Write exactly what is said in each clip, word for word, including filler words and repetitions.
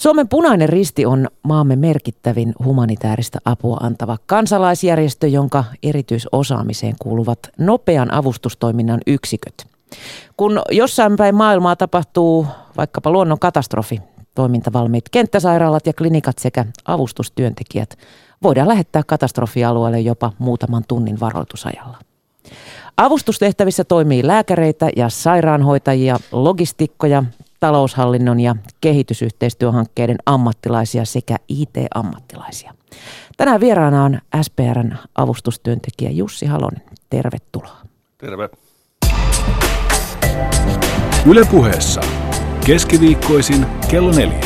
Suomen Punainen Risti on maamme merkittävin humanitaarista apua antava kansalaisjärjestö, jonka erityisosaamiseen kuuluvat nopean avustustoiminnan yksiköt. Kun jossain päin maailmaa tapahtuu vaikkapa luonnon katastrofi, toimintavalmiit kenttäsairaalat ja klinikat sekä avustustyöntekijät voidaan lähettää katastrofialueelle jopa muutaman tunnin varoitusajalla. Avustustehtävissä toimii lääkäreitä ja sairaanhoitajia, logistikkoja, taloushallinnon ja kehitysyhteistyöhankkeiden ammattilaisia sekä I T-ammattilaisia. Tänään vieraana on S P R:n avustustyöntekijä Jussi Halonen. Tervetuloa. Terve. Yle Puheessa. Keskiviikkoisin kello neljä.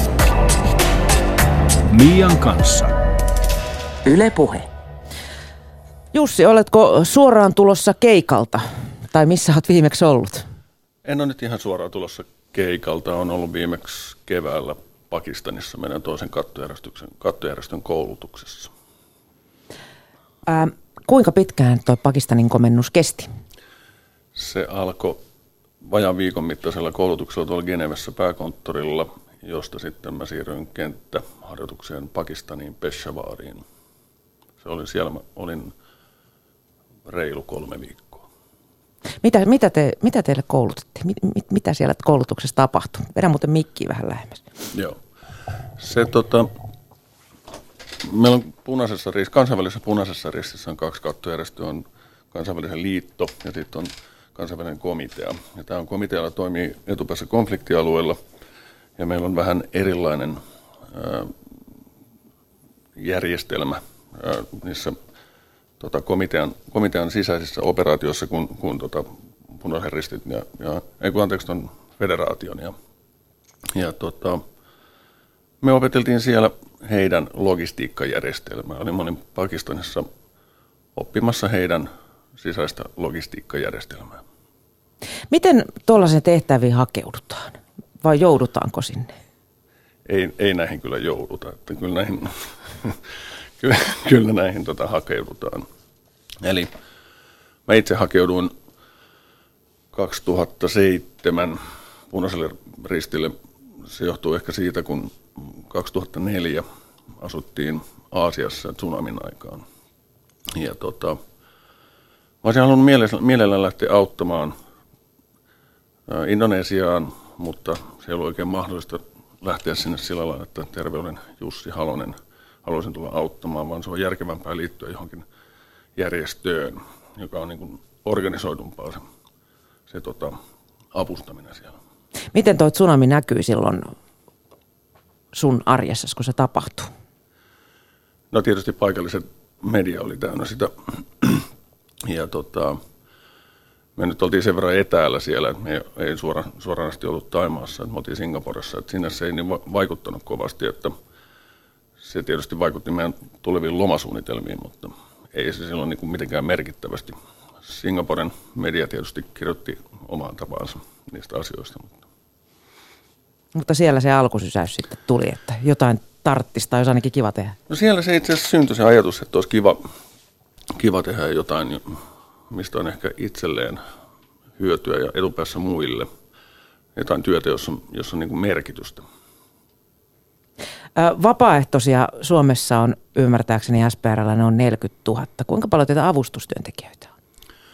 Mian kanssa. Yle Puhe. Jussi, oletko suoraan tulossa keikalta? Tai missä olet viimeksi ollut? En ole nyt ihan suoraan tulossa keikalta. Olen ollut viimeksi keväällä Pakistanissa meidän toisen kattojärjestön, kattojärjestön koulutuksessa. Ää, kuinka pitkään tuo Pakistanin komennus kesti? Se alkoi vajaan viikon mittaisella koulutuksella tuolla Genevessä pääkonttorilla, josta sitten mä siirryin kenttäharjoitukseen Pakistaniin Peshawariin. Se oli siellä, mä olin reilu kolme viikkoa. Mitä, mitä, te, mitä teille koulutettiin? Mit, mit, mitä siellä koulutuksessa tapahtui? Vedä muuten mikkiä vähän lähemmäs. Joo. Se tota, meillä on punaisessa ristissä, kansainvälisessä punaisessa ristissä on kaksi kattojärjestöä, on kansainvälisen liitto ja sitten on kansainvälinen komitea. Ja tämä on komitealla toimii etupäässä konfliktialueella ja meillä on vähän erilainen ää, järjestelmä ää, niissä tota, komitean, komitean sisäisissä operaatioissa kuin, kuin tota, punaisen ristit ja, ja ei kun anteeksi ton federaation. Ja, ja tota, me opeteltiin siellä heidän logistiikkajärjestelmää. Olin monin Pakistanissa oppimassa heidän sisäistä logistiikkajärjestelmää. Miten tuollaisen tehtäviin hakeudutaan? Vai joudutaanko sinne? Ei, ei näihin kyllä jouduta. Että kyllä näihin, kyllä, kyllä näihin tota hakeudutaan. Eli mä itse hakeuduin kaksituhattaseitsemän punaiselle ristille. Se johtuu ehkä siitä, kun kaksituhattaneljä asuttiin Aasiassa tsunamin aikaan. Ja tota, mä olisin halunnut mielellään lähteä auttamaan Indonesiaan, mutta se ei ollut oikein mahdollista lähteä sinne sillä lailla, että terve olen Jussi Halonen, haluaisin tulla auttamaan, vaan se on järkevämpää liittyä johonkin järjestöön, joka on niin kuin organisoidumpaa se, se tota, avustaminen siellä. Miten tuo tsunami näkyy silloin sun arjessa, kun se tapahtuu? No tietysti paikalliset media oli täynnä sitä. Ja tota, me nyt oltiin sen verran etäällä siellä, että me ei, ei suora, suoranaisesti ollut Thaimaassa, että me oltiin Singaporessa, että sinne se ei niin vaikuttanut kovasti, että se tietysti vaikutti meidän tuleviin lomasuunnitelmiin, mutta ei se silloin niin kuin mitenkään merkittävästi. Singaporen media tietysti kirjoitti omaan tapaansa niistä asioista. Mutta, mutta siellä se alkusysäys sitten tuli, että jotain tarttisi tai olisi ainakin kiva tehdä. No siellä se itse asiassa syntyi se ajatus, että olisi kiva, kiva tehdä jotain, mistä on ehkä itselleen hyötyä ja etupäässä muille. Jotain työtä, jossa on, jossa on niin kuin merkitystä. Vapaaehtoisia Suomessa on ymmärtääkseni S P R:llä ne on neljäkymmentätuhatta. Kuinka paljon teitä avustustyöntekijöitä on?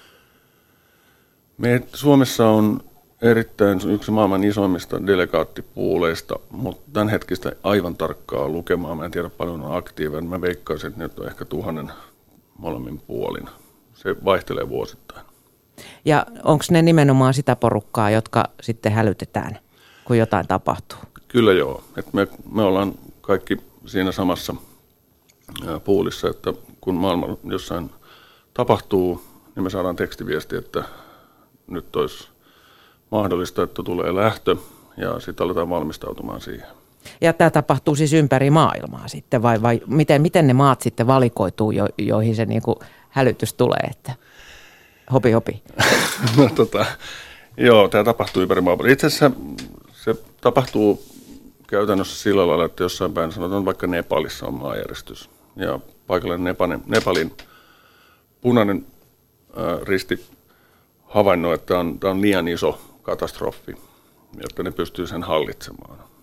Me Suomessa on erittäin yksi maailman isoimmista delegaattipuuleista, mutta tämän hetkistä aivan tarkkaa lukemaa. Mä en tiedä paljon on aktiivinen. Mä veikkaisin, että nyt on ehkä tuhannen molemmin puolin. Se vaihtelee vuosittain. Ja onko ne nimenomaan sitä porukkaa, jotka sitten hälytetään, kun jotain tapahtuu? Kyllä joo. Et me, me ollaan kaikki siinä samassa puulissa, että kun maailma jossain tapahtuu, niin me saadaan tekstiviesti, että nyt olisi mahdollista, että tulee lähtö ja sitten aletaan valmistautumaan siihen. Ja tämä tapahtuu siis ympäri maailmaa sitten vai, vai miten, miten ne maat sitten valikoituu, jo, joihin se niinku hälytys tulee, että hopi hopi? No tota, joo, tämä tapahtuu ympäri maailmaa. Itse asiassa se tapahtuu käytännössä sillä lailla, että jossain päin sanotaan vaikka Nepalissa on maanjäristys ja paikallinen Nepalin, Nepalin punainen ää, risti havainnoi, että tämä on, tämä on liian iso katastrofi, jotta ne pystyy sen hallitsemaan.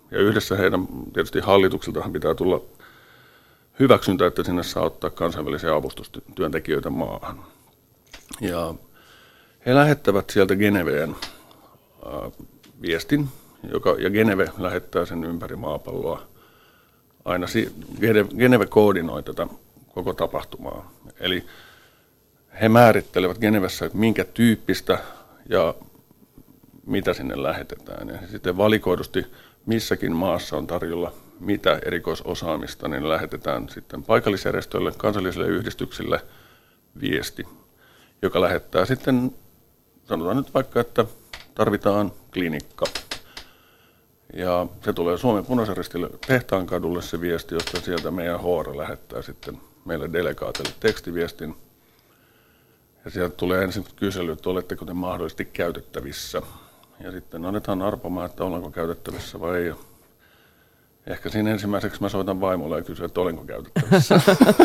Ja yhdessä heidän tietysti hallituksiltahan pitää tulla hyväksyntä, että sinne saa ottaa kansainvälisiä avustustyöntekijöitä maahan. Ja he lähettävät sieltä Geneveen äh, viestin, joka, ja Geneve lähettää sen ympäri maapalloa. Aina si- Geneve koordinoi tätä koko tapahtumaa. Eli he määrittelevät Genevessä, että minkä tyyppistä ja mitä sinne lähetetään. Ja sitten valikoidusti missäkin maassa on tarjolla mitä erikoisosaamista, niin lähetetään sitten paikallisjärjestöille, kansallisille yhdistyksille viesti, joka lähettää sitten, sanotaan nyt vaikka, että tarvitaan klinikka. Ja se tulee Suomen Punaisen Ristille Tehtaankadulle se viesti, josta sieltä meidän H R lähettää sitten meille delegaatille tekstiviestin. Ja sieltä tulee ensin kysely, että oletteko te mahdollisesti käytettävissä. Ja sitten annetaan arpomaan, että ollaanko käytettävissä vai ei. Ehkä siinä ensimmäiseksi mä soitan vaimolle ja kysyn, että olenko käytettävissä.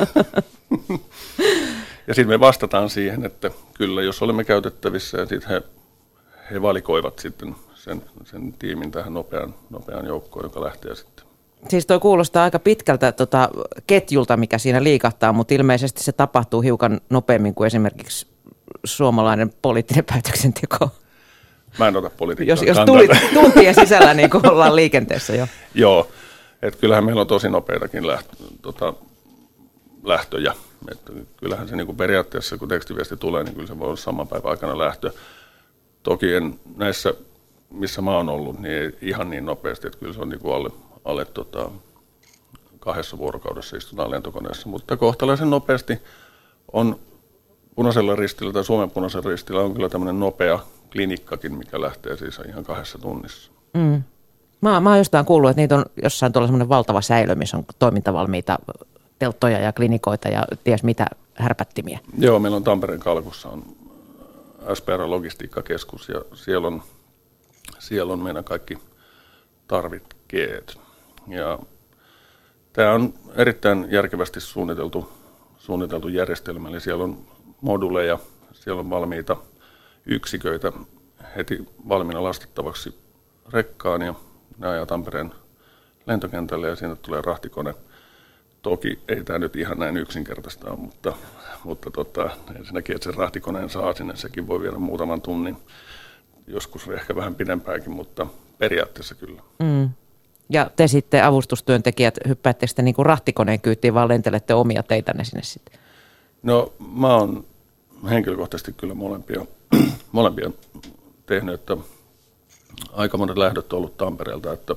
Ja sitten me vastataan siihen, että kyllä, jos olemme käytettävissä, ja sitten he, he valikoivat sitten sen, sen tiimin tähän nopean, nopean joukkoon, joka lähtee sitten. Siis toi kuulostaa aika pitkältä tota, ketjulta, mikä siinä liikahtaa, mutta ilmeisesti se tapahtuu hiukan nopeammin kuin esimerkiksi suomalainen poliittinen päätöksenteko. Mä en ota politiikkaa Jos, jos tulit, tuntien sisällä niin kuin ollaan liikenteessä jo. Joo, että kyllähän meillä on tosi nopeitakin lähtö, tota, lähtöjä. Että kyllähän se niin kuin periaatteessa, kun tekstiviesti tulee, niin kyllä se voi olla saman päivän aikana lähtö. Toki en näissä, missä mä oon ollut, niin ei ihan niin nopeasti, että kyllä se on niin kuin alle, alle tota, kahdessa vuorokaudessa istutaan lentokoneessa. Mutta kohtalaisen nopeasti on Punaisella Ristillä tai Suomen Punaisella Ristillä on kyllä tämmöinen nopea klinikkakin, mikä lähtee siis ihan kahdessa tunnissa. Mm. Mä, mä oon jostain kuullut, että niitä on jossain tuolla semmoinen valtava säilö, missä on toimintavalmiita telttoja ja klinikoita ja ties mitä härpättimiä. Joo, meillä on Tampereen Kalkussa on S P R-logistiikkakeskus ja siellä on, siellä on meidän kaikki tarvikkeet. Ja tämä on erittäin järkevästi suunniteltu, suunniteltu järjestelmä, eli siellä on moduleja, siellä on valmiita yksiköitä heti valmiina lastattavaksi rekkaan ja ne ajaa Tampereen lentokentälle ja siinä tulee rahtikone. Toki ei tämä nyt ihan näin yksinkertaista ole, mutta, mutta tota, ensinnäkin, että sen rahtikoneen saa sinne, sekin voi viedä muutaman tunnin, joskus ehkä vähän pidempäänkin, mutta periaatteessa kyllä. Mm. Ja te sitten avustustyöntekijät, hyppäätte sitten niin kuin rahtikoneen kyytiin, vaan lentelette omia teitänne sinne sitten? No mä oon henkilökohtaisesti kyllä molempia, molempia tehnyt, että aika monet lähdöt on ollut Tampereelta, että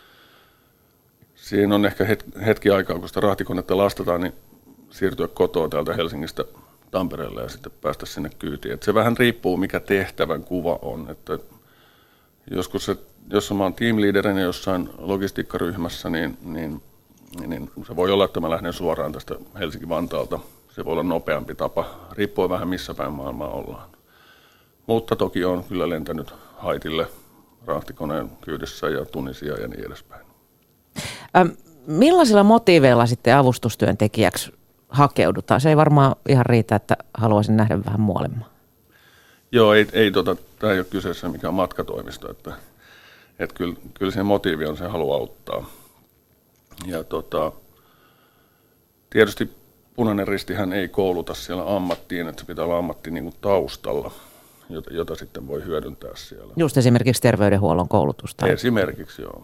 siinä on ehkä hetki aikaa, kun sitä rahtikonetta lastataan, niin siirtyä kotoa täältä Helsingistä Tampereelle ja sitten päästä sinne kyytiin. Että se vähän riippuu, mikä tehtävän kuva on. Että joskus se, jos mä oon teamleaderina jossain logistiikkaryhmässä, niin, niin, niin se voi olla, että mä lähden suoraan tästä Helsinki-Vantaalta. Se voi olla nopeampi tapa, riippuu vähän missä päin maailmaa ollaan. Mutta toki on kyllä lentänyt Haitille rahtikoneen kyydissä ja Tunisia ja niin edespäin. Ähm, millaisilla motiiveilla sitten avustustyöntekijäksi hakeudutaan? Se ei varmaan ihan riitä, että haluaisin nähdä vähän muualemmaa. Joo, ei, ei tota, tämä ei ole kyseessä mikään matkatoimisto, että, että kyllä, kyllä se motiivi on se halu auttaa. Ja tota, tietysti Punainen Ristihän ei kouluta siellä ammattiin, että se pitää olla ammatti niin kuin taustalla, jota, jota sitten voi hyödyntää siellä. Just esimerkiksi terveydenhuollon koulutusta. Esimerkiksi, joo.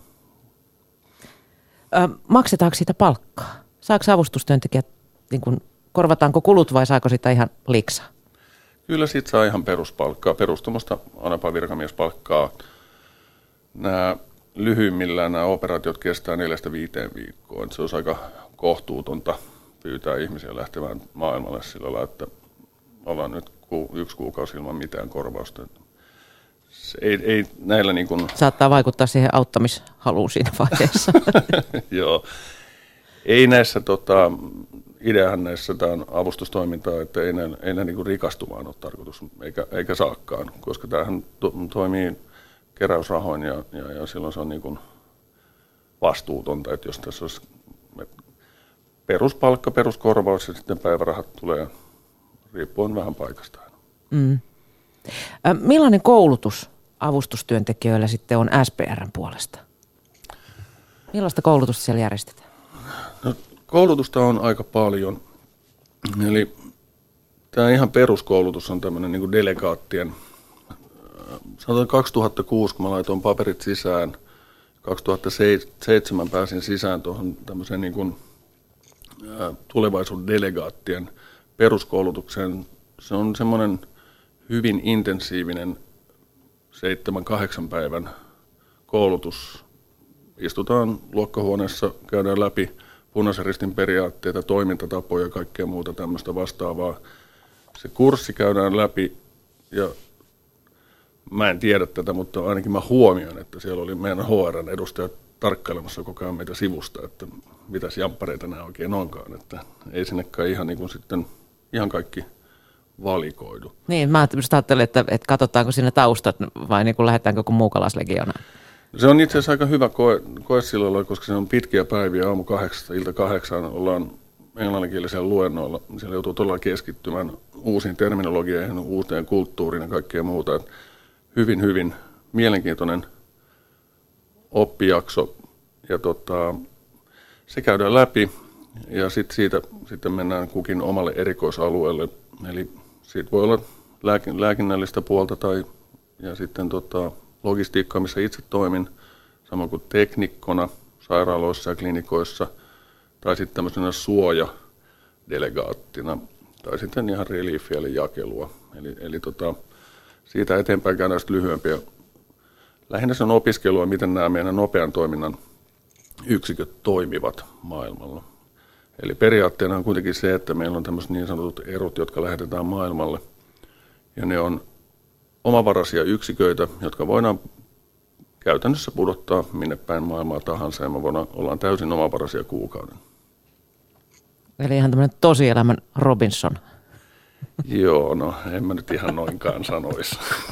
Ö, maksetaanko siitä palkkaa? Saako avustustyöntekijät, niin kuin, korvataanko kulut vai saako sitä ihan liksaa? Kyllä siitä saa ihan peruspalkkaa, perustumosta aina virkamiespalkkaa. Nämä lyhyimmillään nämä operaatiot kestää neljästä viiteen viikkoa. Se olisi aika kohtuutonta pyytää ihmisiä lähtemään maailmalle sillä lailla, että ollaan nyt ku, yksi kuukausi ilman mitään korvausta. Se ei, ei näillä niin kuin... Saattaa vaikuttaa siihen auttamishaluun siinä vaiheessa. Joo. Ei näissä, tota, ideahan näissä tämä avustustoimintaa, että ei näin, ei näin niin kuin rikastumaan ole tarkoitus, eikä, eikä saakkaan, koska tämähän to, toimii keräysrahoin ja, ja, ja silloin se on niin kuin vastuutonta, että jos tässä olisi peruspalkka, peruskorvaus ja sitten päivärahat tulee riippuen vähän paikasta. Mm. Millainen koulutus avustustyöntekijöillä sitten on S P R:n puolesta? Millaista koulutusta siellä järjestetään? No, koulutusta on aika paljon. Eli tämä ihan peruskoulutus on tämmöinen niin kuin delegaattien. Sanotaan kaksituhattakuusi, kun mä laitoin paperit sisään, kaksituhattaseitsemän pääsin sisään tuohon tämmöiseen niin kuin tulevaisuuden delegaattien peruskoulutukseen. Se on semmoinen hyvin intensiivinen seitsemän, kahdeksan päivän koulutus. Istutaan luokkahuoneessa, käydään läpi Punaisen Ristin periaatteita, toimintatapoja ja kaikkea muuta tämmöistä vastaavaa. Se kurssi käydään läpi ja mä en tiedä tätä, mutta ainakin mä huomioon, että siellä oli meidän H R:n edustajat tarkkailemassa koko ajan meitä sivusta, että mitäs jamppareita nämä oikein onkaan. Että ei sinnekään ihan, niin kuin sitten, ihan kaikki valikoidu. Niin, mä ajattelin, että, että katsotaanko siinä taustat vai niin kuin lähdetäänkö kuin muukalaislegionaan. Se on itse asiassa aika hyvä koe, koe silloin, koska se on pitkiä päiviä, aamu kahdeksasta, ilta kahdeksaan ollaan englanninkielisellä luennoilla. Siellä joutuu todella keskittymään uusiin terminologioihin, uuteen kulttuuriin ja kaikkea muuta. Hyvin, hyvin mielenkiintoinen oppijakso. Ja tota, se käydään läpi ja sit siitä sitten mennään kukin omalle erikoisalueelle. Eli siitä voi olla lääkin, lääkinnällistä puolta tai ja sitten tota, logistiikkaa, missä itse toimin, samoin kuin teknikkona sairaaloissa ja klinikoissa, tai sitten tämmöisenä suojadelegaattina, tai sitten ihan reliefiä eli jakelua. Eli, eli tota, siitä eteenpäin käydään sitten lyhyempiä. Lähinnä se on opiskelua, miten nämä meidän nopean toiminnan yksiköt toimivat maailmalla. Eli periaatteena on kuitenkin se, että meillä on tämmöiset niin sanotut erot, jotka lähetetään maailmalle, ja ne on omavaraisia yksiköitä, jotka voidaan käytännössä pudottaa minne päin maailmaa tahansa, ja me voidaan, ollaan täysin omavaraisia kuukauden. Eli ihan tämmöinen tosielämän Robinson. Joo, no en mä nyt ihan noinkaan sanoisi.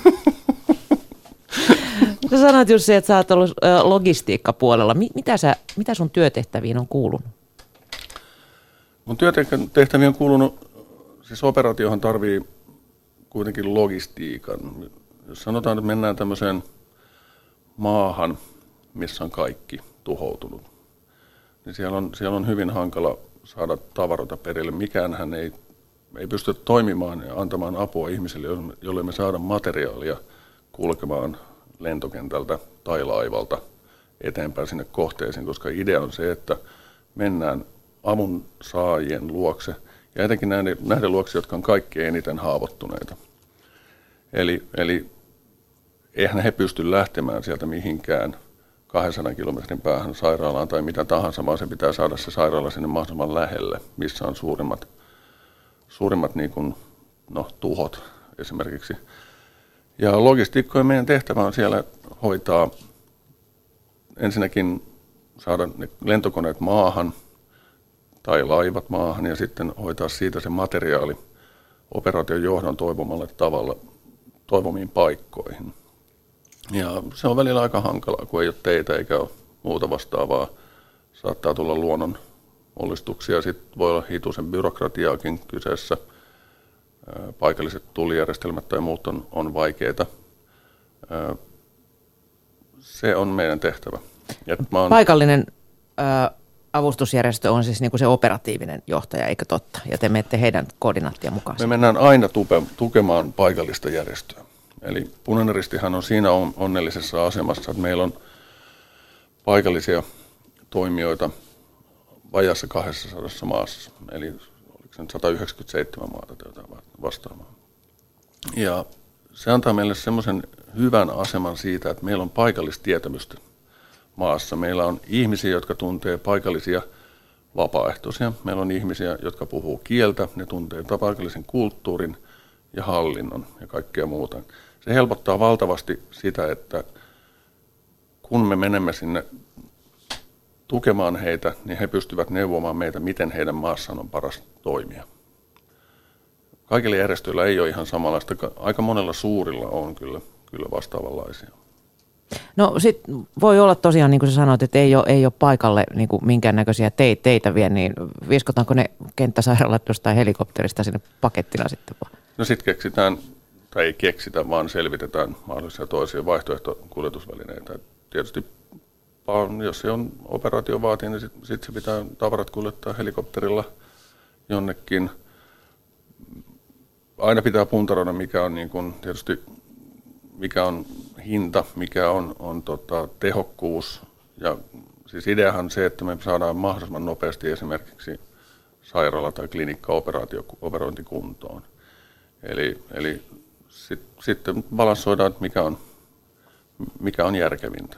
Sä sanoit just se, että sä oot ollut logistiikkapuolella. Mitä, sä, mitä sun työtehtäviin on kuulunut? Mun työtehtäviin on kuulunut, siis operaatiohan tarvii kuitenkin logistiikan. Jos sanotaan, että mennään tämmöiseen maahan, missä on kaikki tuhoutunut, niin siellä on, siellä on hyvin hankala saada tavaroita perille. Mikäänhän ei, ei pysty toimimaan ja antamaan apua ihmisille, jolle me saadaan materiaalia kulkemaan lentokentältä tai laivalta eteenpäin sinne kohteisiin, koska idea on se, että mennään avun saajien luokse ja etenkin näiden, näiden luokse, jotka on kaikkein eniten haavoittuneita. Eli, eli eihän he pysty lähtemään sieltä mihinkään kahdensadan kilometrin päähän sairaalaan tai mitä tahansa, vaan se pitää saada se sairaala sinne mahdollisimman lähelle, missä on suurimmat, suurimmat niin kuin, no, tuhot esimerkiksi. Ja logistiikkojen meidän tehtävä on siellä hoitaa ensinnäkin saada ne lentokoneet maahan tai laivat maahan ja sitten hoitaa siitä se materiaali operaation johdon toivomalle tavalla toivomiin paikkoihin. Ja se on välillä aika hankalaa, kun ei ole teitä eikä ole muuta vastaavaa. Saattaa tulla luonnon mullistuksia, sitten voi olla hituisen byrokratiaakin kyseessä. Paikalliset tulijärjestelmät tai muut on, on vaikeita. Se on meidän tehtävä. Oon... Paikallinen ä, avustusjärjestö on siis niinku se operatiivinen johtaja, eikö totta? Ja te menette heidän koordinaattia mukaan. Me mennään aina tupe, tukemaan paikallista järjestöä. Eli Punainen Ristihän on siinä onnellisessa asemassa, että meillä on paikallisia toimijoita vajassa kahdessasadassa maassa. Eli oliko se nyt sata yhdeksänkymmentäseitsemän maata tai jotain vastaavaa. Ja se antaa meille semmoisen hyvän aseman siitä, että meillä on paikallistietämystä maassa. Meillä on ihmisiä, jotka tuntee paikallisia vapaaehtoisia. Meillä on ihmisiä, jotka puhuu kieltä, ne tuntee paikallisen kulttuurin ja hallinnon ja kaikkea muuta. Se helpottaa valtavasti sitä, että kun me menemme sinne tukemaan heitä, niin he pystyvät neuvomaan meitä, miten heidän maassaan on paras toimia. Kaikilla järjestöillä ei ole ihan samanlaista, aika monella suurilla on kyllä, kyllä vastaavanlaisia. No sit voi olla tosiaan, niin kuin sä sanoit, että ei ole, ei ole paikalle niin kuin minkäännäköisiä te, teitä vielä, niin viskotaanko ne kenttäsairaalat jostain helikopterista sinne pakettina sitten vaan? No sitten keksitään, tai ei keksitä, vaan selvitetään mahdollisia toisia vaihtoehtokuljetusvälineitä. Tietysti jos se on operaatio vaatii, niin sitten sit se pitää tavarat kuljettaa helikopterilla jonnekin. Aina pitää puntaroida, mikä on niin kun, tietysti mikä on hinta, mikä on, on tota, tehokkuus. Ja siis ideahan on se, että me saadaan mahdollisimman nopeasti esimerkiksi sairaala- tai klinikka-operointi kuntoon. Eli, eli sit, sitten balanssoidaan, että mikä on, mikä on järkevintä.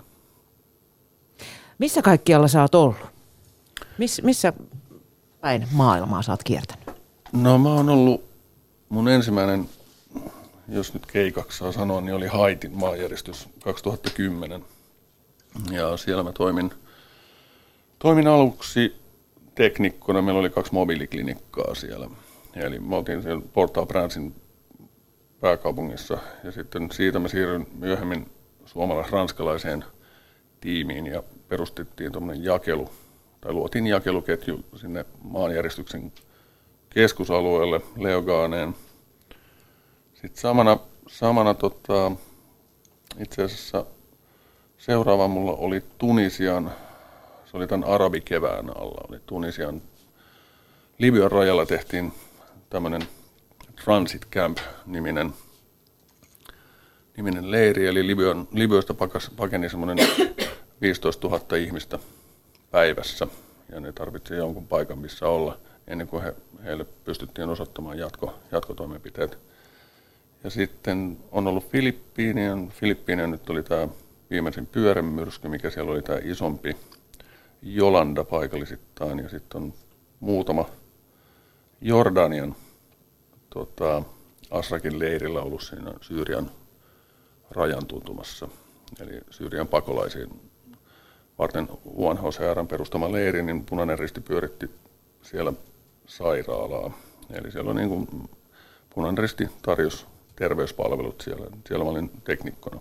Missä kaikkialla sä oot ollut? Miss, missä päin maailmaa sä oot kiertänyt? No mä oon ollut, mun ensimmäinen, jos nyt keikaksi saa sanoa, niin oli Haitin maanjäristys kaksituhattakymmenen. Ja siellä mä toimin, toimin aluksi teknikkona. Meillä oli kaksi mobiiliklinikkaa siellä. Eli me oltiin siellä Port-au-Princein pääkaupungissa. Ja sitten siitä mä siirryin myöhemmin suomalais-ranskalaiseen tiimiin ja perustettiin tuommoinen jakelu, tai luotiin jakeluketju sinne maanjäristyksen keskusalueelle Leogaaneen. Sitten samana, samana tota, itse asiassa seuraava mulla oli Tunisian, se oli tämän arabikevään alla, oli Tunisian, Libyan rajalla tehtiin tämmöinen Transit Camp-niminen niminen leiri, eli Libyan, Libyasta pakas, pakeni semmoinen viisitoistatuhatta ihmistä päivässä, ja ne tarvitsi jonkun paikan, missä olla, ennen kuin he, heille pystyttiin osoittamaan jatko, jatkotoimenpiteet. Ja sitten on ollut Filippiinien, Filippiinien nyt oli tämä viimeisin pyörämyrsky, mikä siellä oli tämä isompi Jolanda paikallisittain, ja sitten on muutama Jordanian tota, Asrakin leirillä ollut siinä Syyrian rajan tuntumassa, eli Syyrian pakolaisiin varten U N H C R:n perustama leiri, niin Punainen Risti pyöritti siellä sairaalaa. Eli siellä on niin kuin Punainen Risti tarjosi terveyspalvelut siellä. Siellä mä olin teknikkona.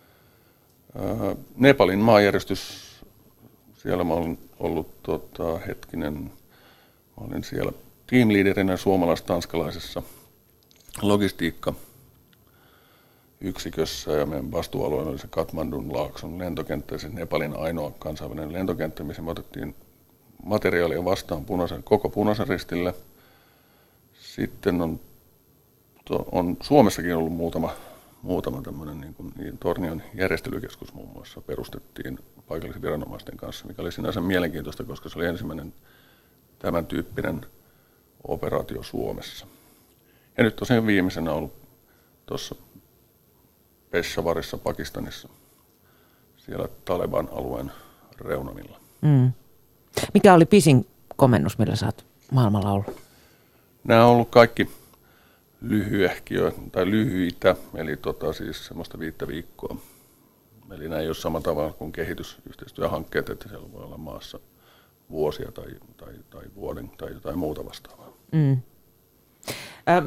Nepalin maanjäristys, siellä mä olin ollut tota, hetkinen, mä olin siellä teamleaderinä suomalais-tanskalaisessa logistiikka yksikössä, ja meidän vastuualueella oli se Kathmandun Laakson lentokenttä, siis Nepalin ainoa kansainvälinen lentokenttä, missä me otettiin materiaalia vastaan punaisen, koko Punaisen Ristille. Sitten on, to, on Suomessakin ollut muutama, muutama tämmöinen, niin kuin, niin Tornion järjestelykeskus muun muassa perustettiin paikallisen viranomaisten kanssa, mikä oli sinänsä mielenkiintoista, koska se oli ensimmäinen tämän tyyppinen operaatio Suomessa. Ja nyt tosiaan viimeisenä ollut tuossa Peshawarissa Pakistanissa, siellä Taleban-alueen reunamilla. Mm. Mikä oli pisin komennus, millä sä oot maailmalla ollut? Nämä on ollut kaikki lyhyehkiö tai lyhyitä, eli tota, siis semmoista viittä viikkoa. Eli nämä ei ole samalla tavalla kuin kehitysyhteistyöhankkeet, että siellä voi olla maassa vuosia tai, tai, tai vuoden tai jotain muuta vastaavaa. Mm. Ähm,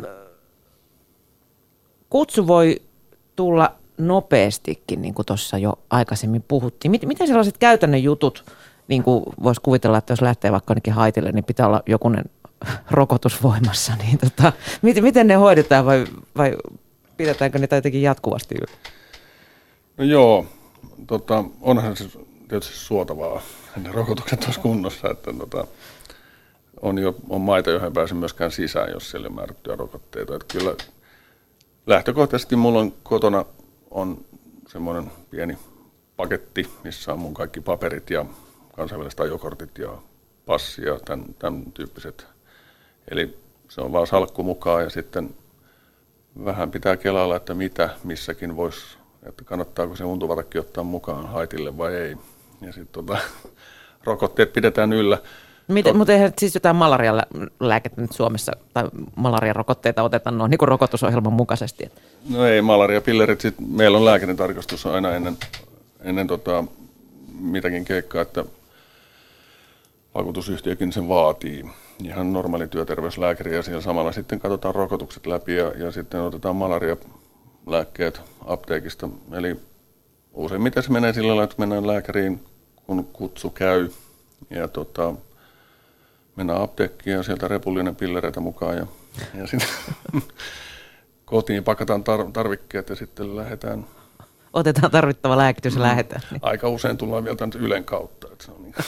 kutsu voi tulla nopeastikin, niin kuin tuossa jo aikaisemmin puhuttiin. Miten sellaiset käytännön jutut, niin kuin voisi kuvitella, että jos lähtee vaikka jonnekin Haitille, niin pitää olla jokunen rokotus voimassa. Niin tota, miten, miten ne hoidetaan vai, vai pidetäänkö niitä jotenkin jatkuvasti yllä? No joo, tota, onhan se tietysti suotavaa, ne rokotukset olisi kunnossa, että tota, on, jo, on maita, joihin ei pääse myöskään sisään, jos siellä on määrättyjä rokotteita. Että kyllä lähtökohtaisesti mulla on kotona on semmoinen pieni paketti, missä on mun kaikki paperit ja kansainväliset ajokortit ja passi ja tämän, tämän tyyppiset. Eli se on vaan salkku mukaan, ja sitten vähän pitää kelailla, että mitä missäkin voisi, että kannattaako se untuvarakin ottaa mukaan Haitille vai ei. Ja sitten tota, rokotteet pidetään yllä. Miten, mutta eihän siis jotain malarialääkettä nyt Suomessa tai malariarokotteita otetaan noin niin kuin rokotusohjelman mukaisesti? No ei, malariapillerit, sit meillä on lääkärin tarkastus aina ennen, ennen tota, mitäkin keikkaa, että vakuutusyhtiökin sen vaatii. Ihan normaali työterveyslääkäri, ja siellä samalla sitten katsotaan rokotukset läpi ja, ja sitten otetaan malarialääkkeet apteekista. Eli useimmiten se menee sillä lailla, että mennään lääkäriin, kun kutsu käy, ja tota, mennään apteekkiin ja sieltä repullinen pillereitä mukaan, ja, ja sitten kotiin pakataan tar- tarvikkeet ja sitten lähdetään otetaan tarvittava lääkitys ja lähdetään. Niin. Aika usein tullaan vielä tämän Ylen kautta. Että se on niin.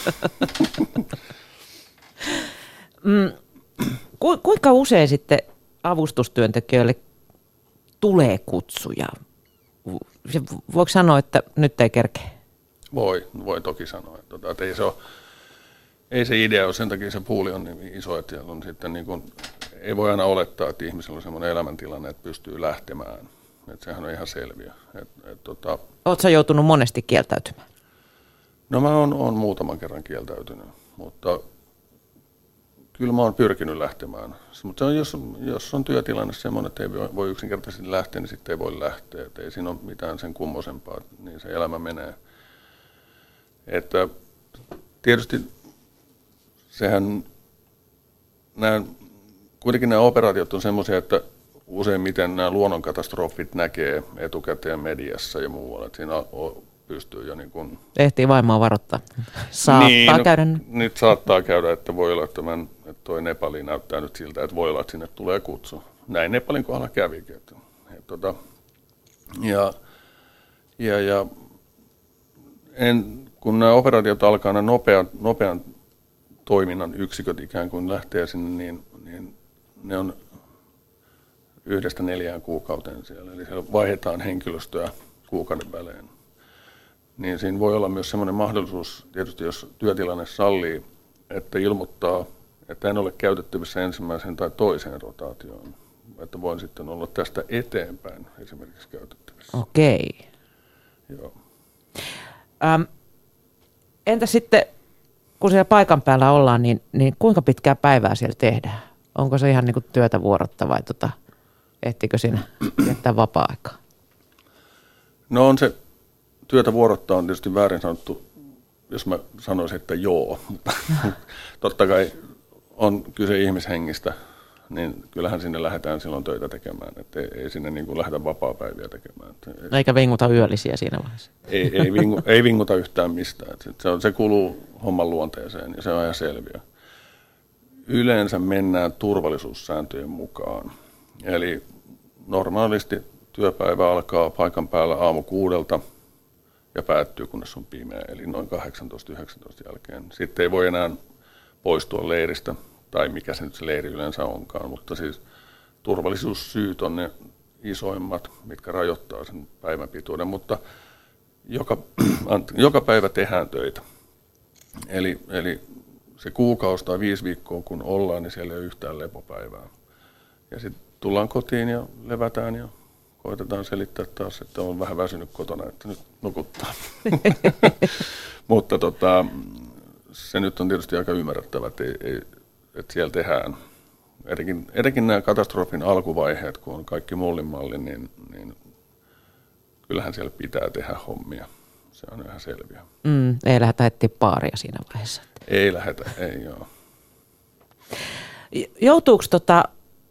mm, ku, kuinka usein sitten avustustyöntekijöille tulee kutsuja? Voiko sanoa, että nyt ei kerkeä? Voi, voi toki sanoa. Että, että ei, se ole, ei se idea ole, sen takia se puuli on niin iso, että on sitten niin kuin, ei voi aina olettaa, että ihmisellä on sellainen elämäntilanne, että pystyy lähtemään. Että sehän on ihan selviä. Et, et, tota, Oletko joutunut monesti kieltäytymään? No mä oon, oon muutaman kerran kieltäytynyt, mutta kyllä mä oon pyrkinyt lähtemään. Mutta jos, jos on työtilanne semmoinen, että ei voi yksinkertaisesti lähteä, niin sitten ei voi lähteä. Et ei siinä ole mitään sen kummosempaa, niin se elämä menee. Että tietysti sehän, nämä, kuitenkin nämä operaatiot on semmoisia, että useimmiten nämä luonnonkatastrofit näkee etukäteen mediassa ja muualla, että siinä pystyy jo niin kuin... Ehtii vaimoa varoittaa. Saattaa niin, käydä. No, nyt saattaa käydä, että voi olla, että, tämän, että toi Nepali näyttää nyt siltä, että voi olla, että sinne tulee kutsu. Näin Nepalin kohdalla kävikin. Että, että, tota, ja ja, ja en, kun nämä operaatiot alkaa, nämä nopean, nopean toiminnan yksiköt ikään kuin lähtee sinne, niin, niin ne on yhdestä neljään kuukauteen siellä. Eli siellä vaihdetaan henkilöstöä kuukauden välein. Niin siinä voi olla myös sellainen mahdollisuus, tietysti jos työtilanne sallii, että ilmoittaa, että en ole käytettävissä ensimmäiseen tai toiseen rotaatioon. Että voin sitten olla tästä eteenpäin esimerkiksi käytettävissä. Okei. Joo. Ähm, entä sitten, kun siellä paikan päällä ollaan, niin, niin kuinka pitkää päivää siellä tehdään? Onko se ihan niin kuin työtä vuorotta vai tota, ehtikö siinä jättää vapaa-aikaa? No on se, työtä vuorotta on tietysti väärin sanottu, jos mä sanoisin, että joo. Totta kai on kyse ihmishengistä, niin kyllähän sinne lähdetään silloin töitä tekemään. Että ei, ei sinne niin kuin lähdetä vapaa-päiviä tekemään. No eikä vinguta yöllisiä siinä vaiheessa. Ei, ei, vingu, ei vinguta yhtään mistään. Se, on, se kuuluu homman luonteeseen ja se on ihan selviä. Yleensä mennään turvallisuussääntöjen mukaan. Eli normaalisti työpäivä alkaa paikan päällä aamu kuudelta ja päättyy, kunnes on pimeä, eli noin kahdeksantoista yhdeksäntoista jälkeen. Sitten ei voi enää poistua leiristä, tai mikä se nyt se leiri yleensä onkaan, mutta siis turvallisuussyyt on ne isoimmat, mitkä rajoittaa sen päivän pituuden, mutta joka, joka päivä tehdään töitä. Eli, eli se kuukausi tai viisi viikkoa kun ollaan, niin siellä ei ole yhtään lepopäivää. Ja sitten tullaan kotiin ja levätään ja koitetaan selittää taas, että on vähän väsynyt kotona, että nyt nukuttaa. Mutta tota, se nyt on tietysti aika ymmärrettävä, että, ei, ei, että siellä tehdään. Etenkin, etenkin nämä katastrofin alkuvaiheet, kun on kaikki mullin malli, niin, niin kyllähän siellä pitää tehdä hommia. Se on ihan selviä. Mm, ei lähdetä etsiä baaria siinä vaiheessa. Ei lähdetä, ei joo. Joutuuko tota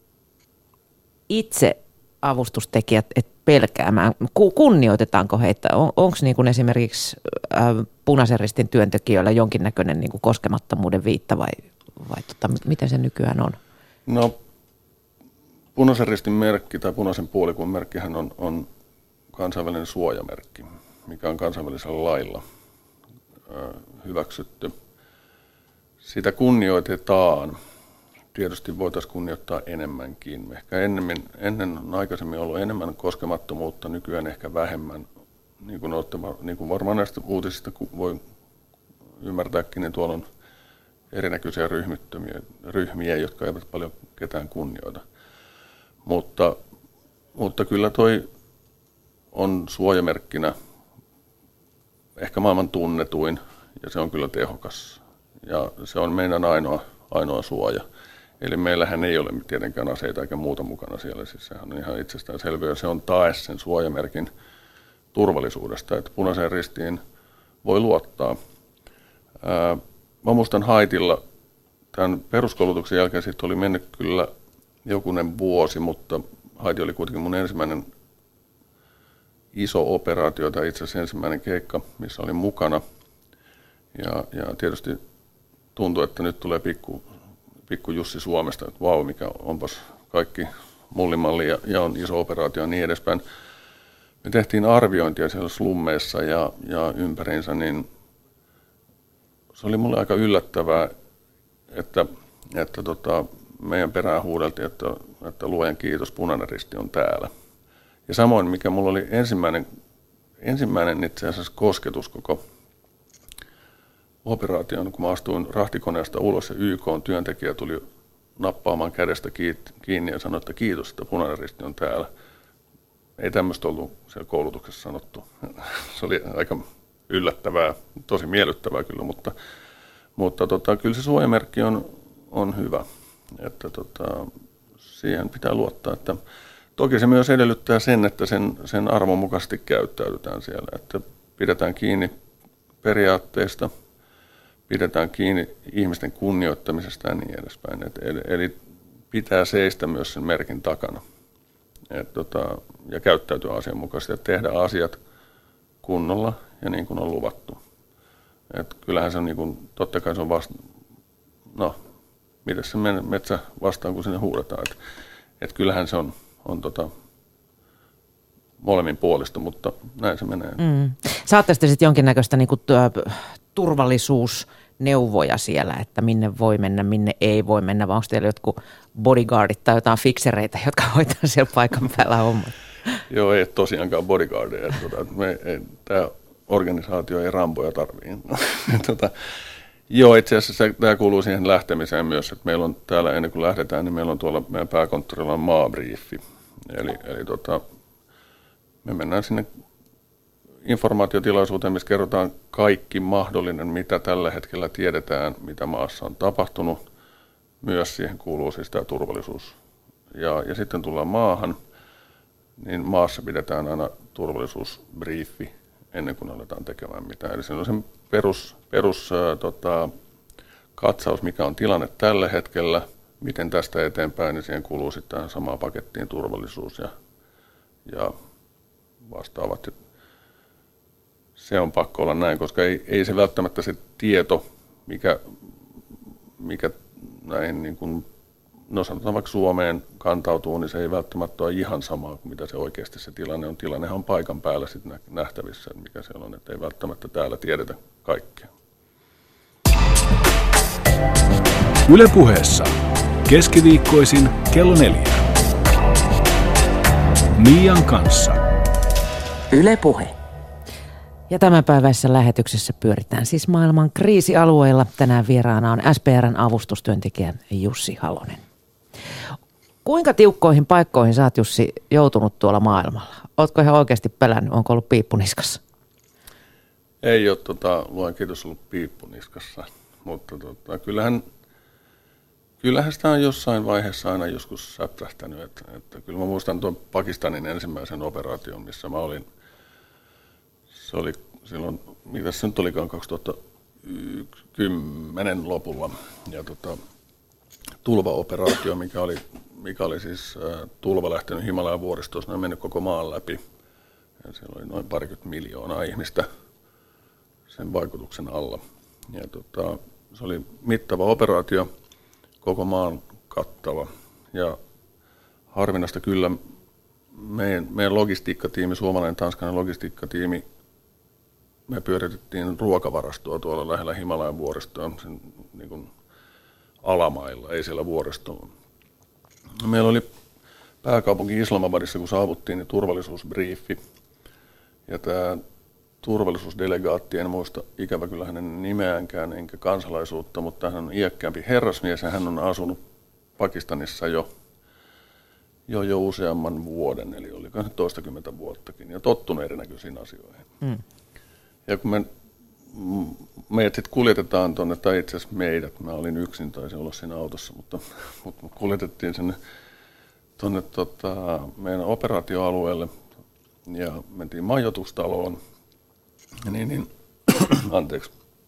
itse avustustekijät et pelkäämään? Kunnioitetaanko heitä? On, onko niin kuin esimerkiksi äh, Punaisen Ristin työntekijöillä jonkinnäköinen niin kuin koskemattomuuden viitta vai, vai tota, miten se nykyään on? No, Punaisen Ristin merkki tai punaisen puolikuun merkkihän on, on kansainvälinen suojamerkki, mikä on kansainvälisellä lailla äh, hyväksytty. Sitä kunnioitetaan. Tietysti voitaisiin kunnioittaa enemmänkin. Ehkä ennemmin, ennen on aikaisemmin ollut enemmän koskemattomuutta, nykyään ehkä vähemmän. Niin kuin, olette, niin kuin varmaan näistä uutisista voi ymmärtääkin, niin tuolla on erinäköisiä ryhmittömiä, ryhmiä, jotka eivät paljon ketään kunnioita. Mutta, mutta kyllä toi on suojamerkkinä ehkä maailman tunnetuin, ja se on kyllä tehokas. Ja se on meidän ainoa, ainoa suoja. Eli meillähän ei ole tietenkään aseita eikä muuta mukana siellä. Siis sehän on ihan itsestään selviä. Ja se on tae sen suojamerkin turvallisuudesta, että Punaiseen Ristiin voi luottaa. Ää, mä muistan Haitilla tämän peruskoulutuksen jälkeen siitä oli mennyt kyllä jokunen vuosi, mutta Haiti oli kuitenkin mun ensimmäinen iso operaatio tai itse asiassa ensimmäinen keikka, missä olin mukana. Ja, ja tietysti tuntui, että nyt tulee pikku, pikku Jussi Suomesta, että vau, mikä onpas kaikki mullimalli ja, ja on iso operaatio ja niin edespäin. me tehtiin arviointia siellä slummeissa ja, ja ympäriinsä, niin se oli mulle aika yllättävää, että, että tota, meidän perään huudeltiin, että, että luojan kiitos, Punainen Risti on täällä. Ja samoin, mikä mulla oli ensimmäinen, ensimmäinen itse asiassa kosketus koko operaation, kun mä astuin rahtikoneesta ulos ja Y K-työntekijä tuli nappaamaan kädestä kiinni ja sanoi, että kiitos, että Punainen Risti on täällä. Ei tämmöistä ollut siellä koulutuksessa sanottu. Se oli aika yllättävää, tosi miellyttävää kyllä, mutta, mutta tota, kyllä se suojamerkki on, on hyvä. Että tota, siihen pitää luottaa. Että toki se myös edellyttää sen, että sen, sen arvon mukaisesti käyttäydytään siellä. Että pidetään kiinni periaatteista, pidetään kiinni ihmisten kunnioittamisesta ja niin edespäin. Et, eli, eli pitää seistä myös sen merkin takana. Et, tota, ja käyttäytyä asianmukaisesti ja tehdä asiat kunnolla ja niin kuin on luvattu. Et kyllähän se on niin kuin, totta kai se on vasta, no, miten se metsä vastaan, kun sinne huudetaan. Et, et kyllähän se on, on tota, molemmin puolista, mutta näin se menee. Mm. Saatte sitten jonkinnäköistä niin kuin, työ, turvallisuusneuvoja siellä, että minne voi mennä, minne ei voi mennä, vai onko teillä jotkut bodyguardit tai jotain fiksereitä, jotka hoitaa siellä paikan päällä hommat? Joo, ei tosiaankaan bodyguardia. Tuota, tämä organisaatio ei ramboja tarvii. tuota, joo, itse asiassa tämä kuuluu siihen lähtemiseen myös, että meillä on täällä ennen kuin lähdetään, niin meillä on tuolla meidän pääkonttorilla maabriefi. Eli, eli tota, me mennään sinne informaatiotilaisuuteen, missä kerrotaan kaikki mahdollinen, mitä tällä hetkellä tiedetään, mitä maassa on tapahtunut. Myös siihen kuuluu siis tämä turvallisuus. Ja, ja sitten tullaan maahan, niin maassa pidetään aina turvallisuusbriefi ennen kuin aletaan tekemään mitään. Eli se on se perus, perus ää, tota, katsaus, mikä on tilanne tällä hetkellä, miten tästä eteenpäin, niin siihen kuuluu sitten samaan pakettiin turvallisuus ja, ja vastaavat. Se on pakko olla näin, koska ei, ei se välttämättä se tieto, mikä, mikä näihin, niin kuin, no sanotaan vaikka Suomeen kantautuu, niin se ei välttämättä ole ihan sama kuin mitä se oikeasti se tilanne on. Tilannehan on paikan päällä sitten nähtävissä, mikä siellä on, että ei välttämättä täällä tiedetä kaikkea. Yle Puheessa. Keskiviikkoisin kello neljä. Mian kanssa. Yle Puhe. Ja tämänpäiväisessä lähetyksessä pyöritään siis maailman kriisialueilla. Tänään vieraana on S P R:n avustustyöntekijä Jussi Halonen. Kuinka tiukkoihin paikkoihin sä oot, Jussi, joutunut tuolla maailmalla? Ootko ihan oikeasti pelännyt? Onko ollut piippuniskassa? Ei ole, tota, luojan kiitos, ollut piippuniskassa, mutta tota, kyllähän, kyllähän sitä on jossain vaiheessa aina joskus säpsähtänyt. Että, että kyllä mä muistan tuon Pakistanin ensimmäisen operaation, missä mä olin. Se oli silloin, mitä se nyt olikaan, kaksituhattakymmenen lopulla. Ja tota, tulvaoperaatio, mikä oli, mikä oli siis ä, tulva lähtenyt Himalajan vuoristoon, ne on mennyt koko maan läpi. Ja siellä oli noin parikymmentä miljoonaa ihmistä sen vaikutuksen alla. Ja tota, se oli mittava operaatio, koko maan kattava. Ja harvinaista kyllä meidän, meidän logistiikkatiimi, suomalainen tanskainen logistiikkatiimi, me pyöritettiin ruokavarastoa tuolla lähellä Himalajan vuoristoa, sen niin kuin alamailla, ei siellä vuoristolla. Meillä oli pääkaupunki Islamabadissa, kun saavuttiin, niin turvallisuusbriefi. Ja tämä turvallisuusdelegaatti, en muista ikävä kyllä hänen nimeäänkään enkä kansalaisuutta, mutta hän on iäkkäämpi herrasmies ja hän on asunut Pakistanissa jo, jo, jo useamman vuoden, eli oliko se toistakymmentä vuottakin, ja tottunut erinäköisiin asioihin. Mm. Ja kun me, meidät sitten kuljetetaan tuonne, tai itse asiassa meidät, mä olin yksin, taisin olla siinä autossa, mutta, mutta kuljetettiin sinne tuonne tota, meidän operaatioalueelle ja mentiin majoitustaloon. Ja niin, niin, anteeksi.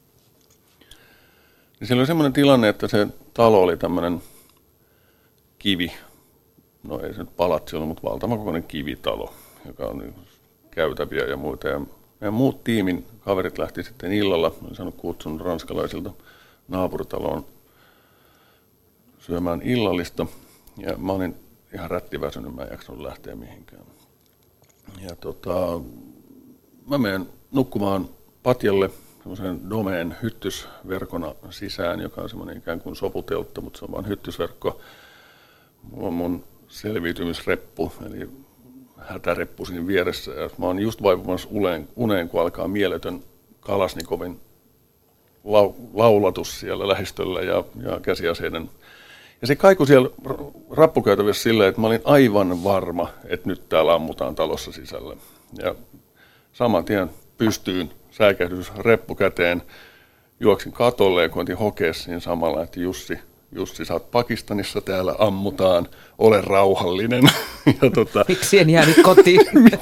Ja siellä oli semmoinen tilanne, että se talo oli tämmöinen kivi, no ei se nyt palatsi ollut, mutta valtavan kokoinen kivitalo, joka on niin käytäviä ja muita. Ja meidän muut tiimin kaverit lähti sitten illalla, olin saanut kutsun ranskalaisilta naapuritaloon syömään illallista. Ja mä olin ihan rättiväsynyt, mä en jaksanut lähteä mihinkään. ja tota, mä menen nukkumaan patjalle semmoisen Domeen hyttysverkona sisään, joka on semmoinen ikään kuin soputeltta, mutta se on vaan hyttysverkko. Mulla on mun selviytymisreppu, eli hätäreppu siinä vieressä. Ja mä oon just vaipumassa uneen, uneen, kun alkaa mieletön Kalasnikovin lau, laulatus siellä lähistöllä ja, ja käsiaseiden. Ja se kaikui siellä rappukäytävässä silleen, että mä olin aivan varma, että nyt täällä ammutaan talossa sisällä. Ja saman tien pystyyn, säikähdys reppu käteen, juoksin katolle ja koitin hokea siinä samalla, että Jussi, Jussi, sä oot Pakistanissa, täällä ammutaan, ole rauhallinen. Ja tota, miksi en jäänyt kotiin?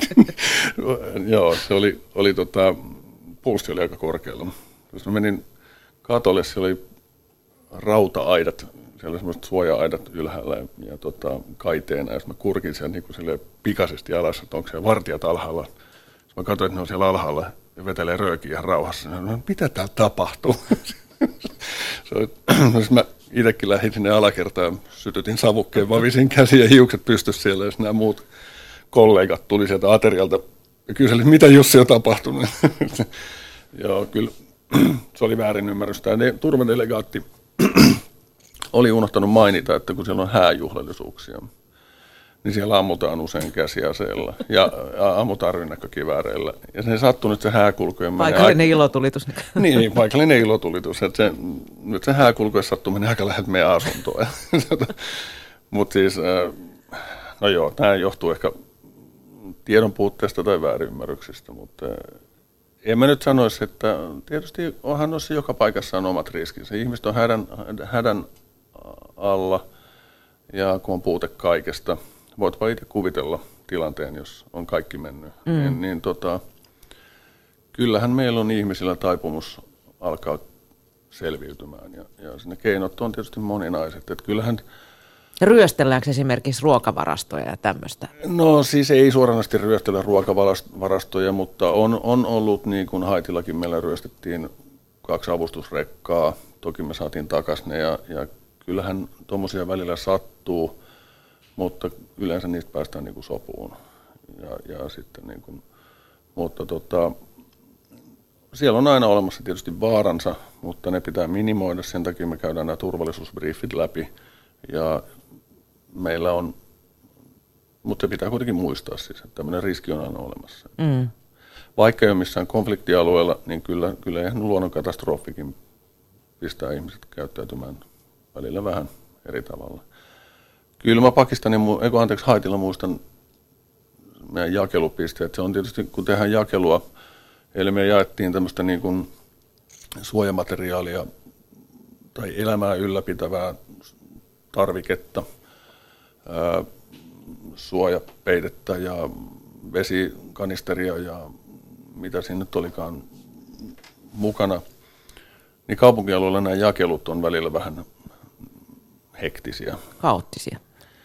Joo, se oli, oli tota, pulssi oli aika korkealla. Jos mä menin katolle, siellä oli rauta-aidat, siellä oli semmoiset suoja-aidat ylhäällä ja, ja tota, kaiteena. Ja mä kurkin siellä niin kuin pikaisesti alas, että onko siellä vartijat alhaalla. Sitten mä katsoin, että ne on siellä alhaalla ja vetelee röökiä ihan rauhassa. No, mitä täällä tapahtuu? Se oli, mä itsekin lähdin sinne alakertaan, sytytin savukkeen, vavisin käsi ja hiukset pystyssä siellä, ja nämä muut kollegat tuli sieltä aterialta ja kyselivät, mitä Jussi on tapahtunut. Joo, kyllä se oli väärin ymmärrys. Tämä turvadelegaatti oli unohtanut mainita, että kun siellä on hääjuhlallisuuksia, niin siellä ammutaan usein käsiaseella ja, ja ammutaan rynnäkkökivääreillä. Ja se sattui nyt se hääkulkujen... Paikallinen aika... ilotulitus. Niin, paikallinen ilotulitus. Että se, nyt se hääkulkujen sattui meni aika läheltä meidän asuntoa. Mutta siis, no joo, tämä johtuu ehkä tiedon puutteesta tai väärinymmärryksistä, mutta en mä nyt sanoisi, että tietysti onhan noissa joka paikassa on omat riskinsä. Ihmiset on hädän, hädän alla ja kun on puute kaikesta. Voit vaan itse kuvitella tilanteen, jos on kaikki mennyt. Mm. Niin, niin tota, kyllähän meillä on ihmisillä taipumus alkaa selviytymään. Ja, ja ne keinot on tietysti moninaiset. Et kyllähän, ryöstelläänkö esimerkiksi ruokavarastoja ja tämmöistä? No siis ei suoranaisesti ryöstellä ruokavarastoja, mutta on, on ollut niin kuin Haitillakin meillä ryöstettiin kaksi avustusrekkaa. Toki me saatiin takaisin ne ja, ja kyllähän tuommoisia välillä sattuu. Mutta yleensä niistä päästään niin kuin sopuun. Ja, ja sitten niin kuin, mutta tota, siellä on aina olemassa tietysti vaaransa, mutta ne pitää minimoida. Sen takia me käydään nämä turvallisuusbriefit läpi. Ja meillä on, mutta se pitää kuitenkin muistaa siis, että tämmöinen riski on aina olemassa. Mm. Vaikka ei ole missään konfliktialueella, niin kyllä, kyllä ihan luonnonkatastrofikin pistää ihmiset käyttäytymään välillä vähän eri tavalla. Kyllä mä Pakistanin, eikö anteeksi Haitilla muistan meidän jakelupisteet. Se on tietysti, kun tehdään jakelua, eli me jaettiin tämmöistä niin kuin suojamateriaalia tai elämää ylläpitävää tarviketta, ää, suojapeitettä ja vesikanisteria ja mitä siinä nyt olikaan mukana. Niin kaupunkialueella nämä jakelut on välillä vähän hektisiä. Kaoottisia.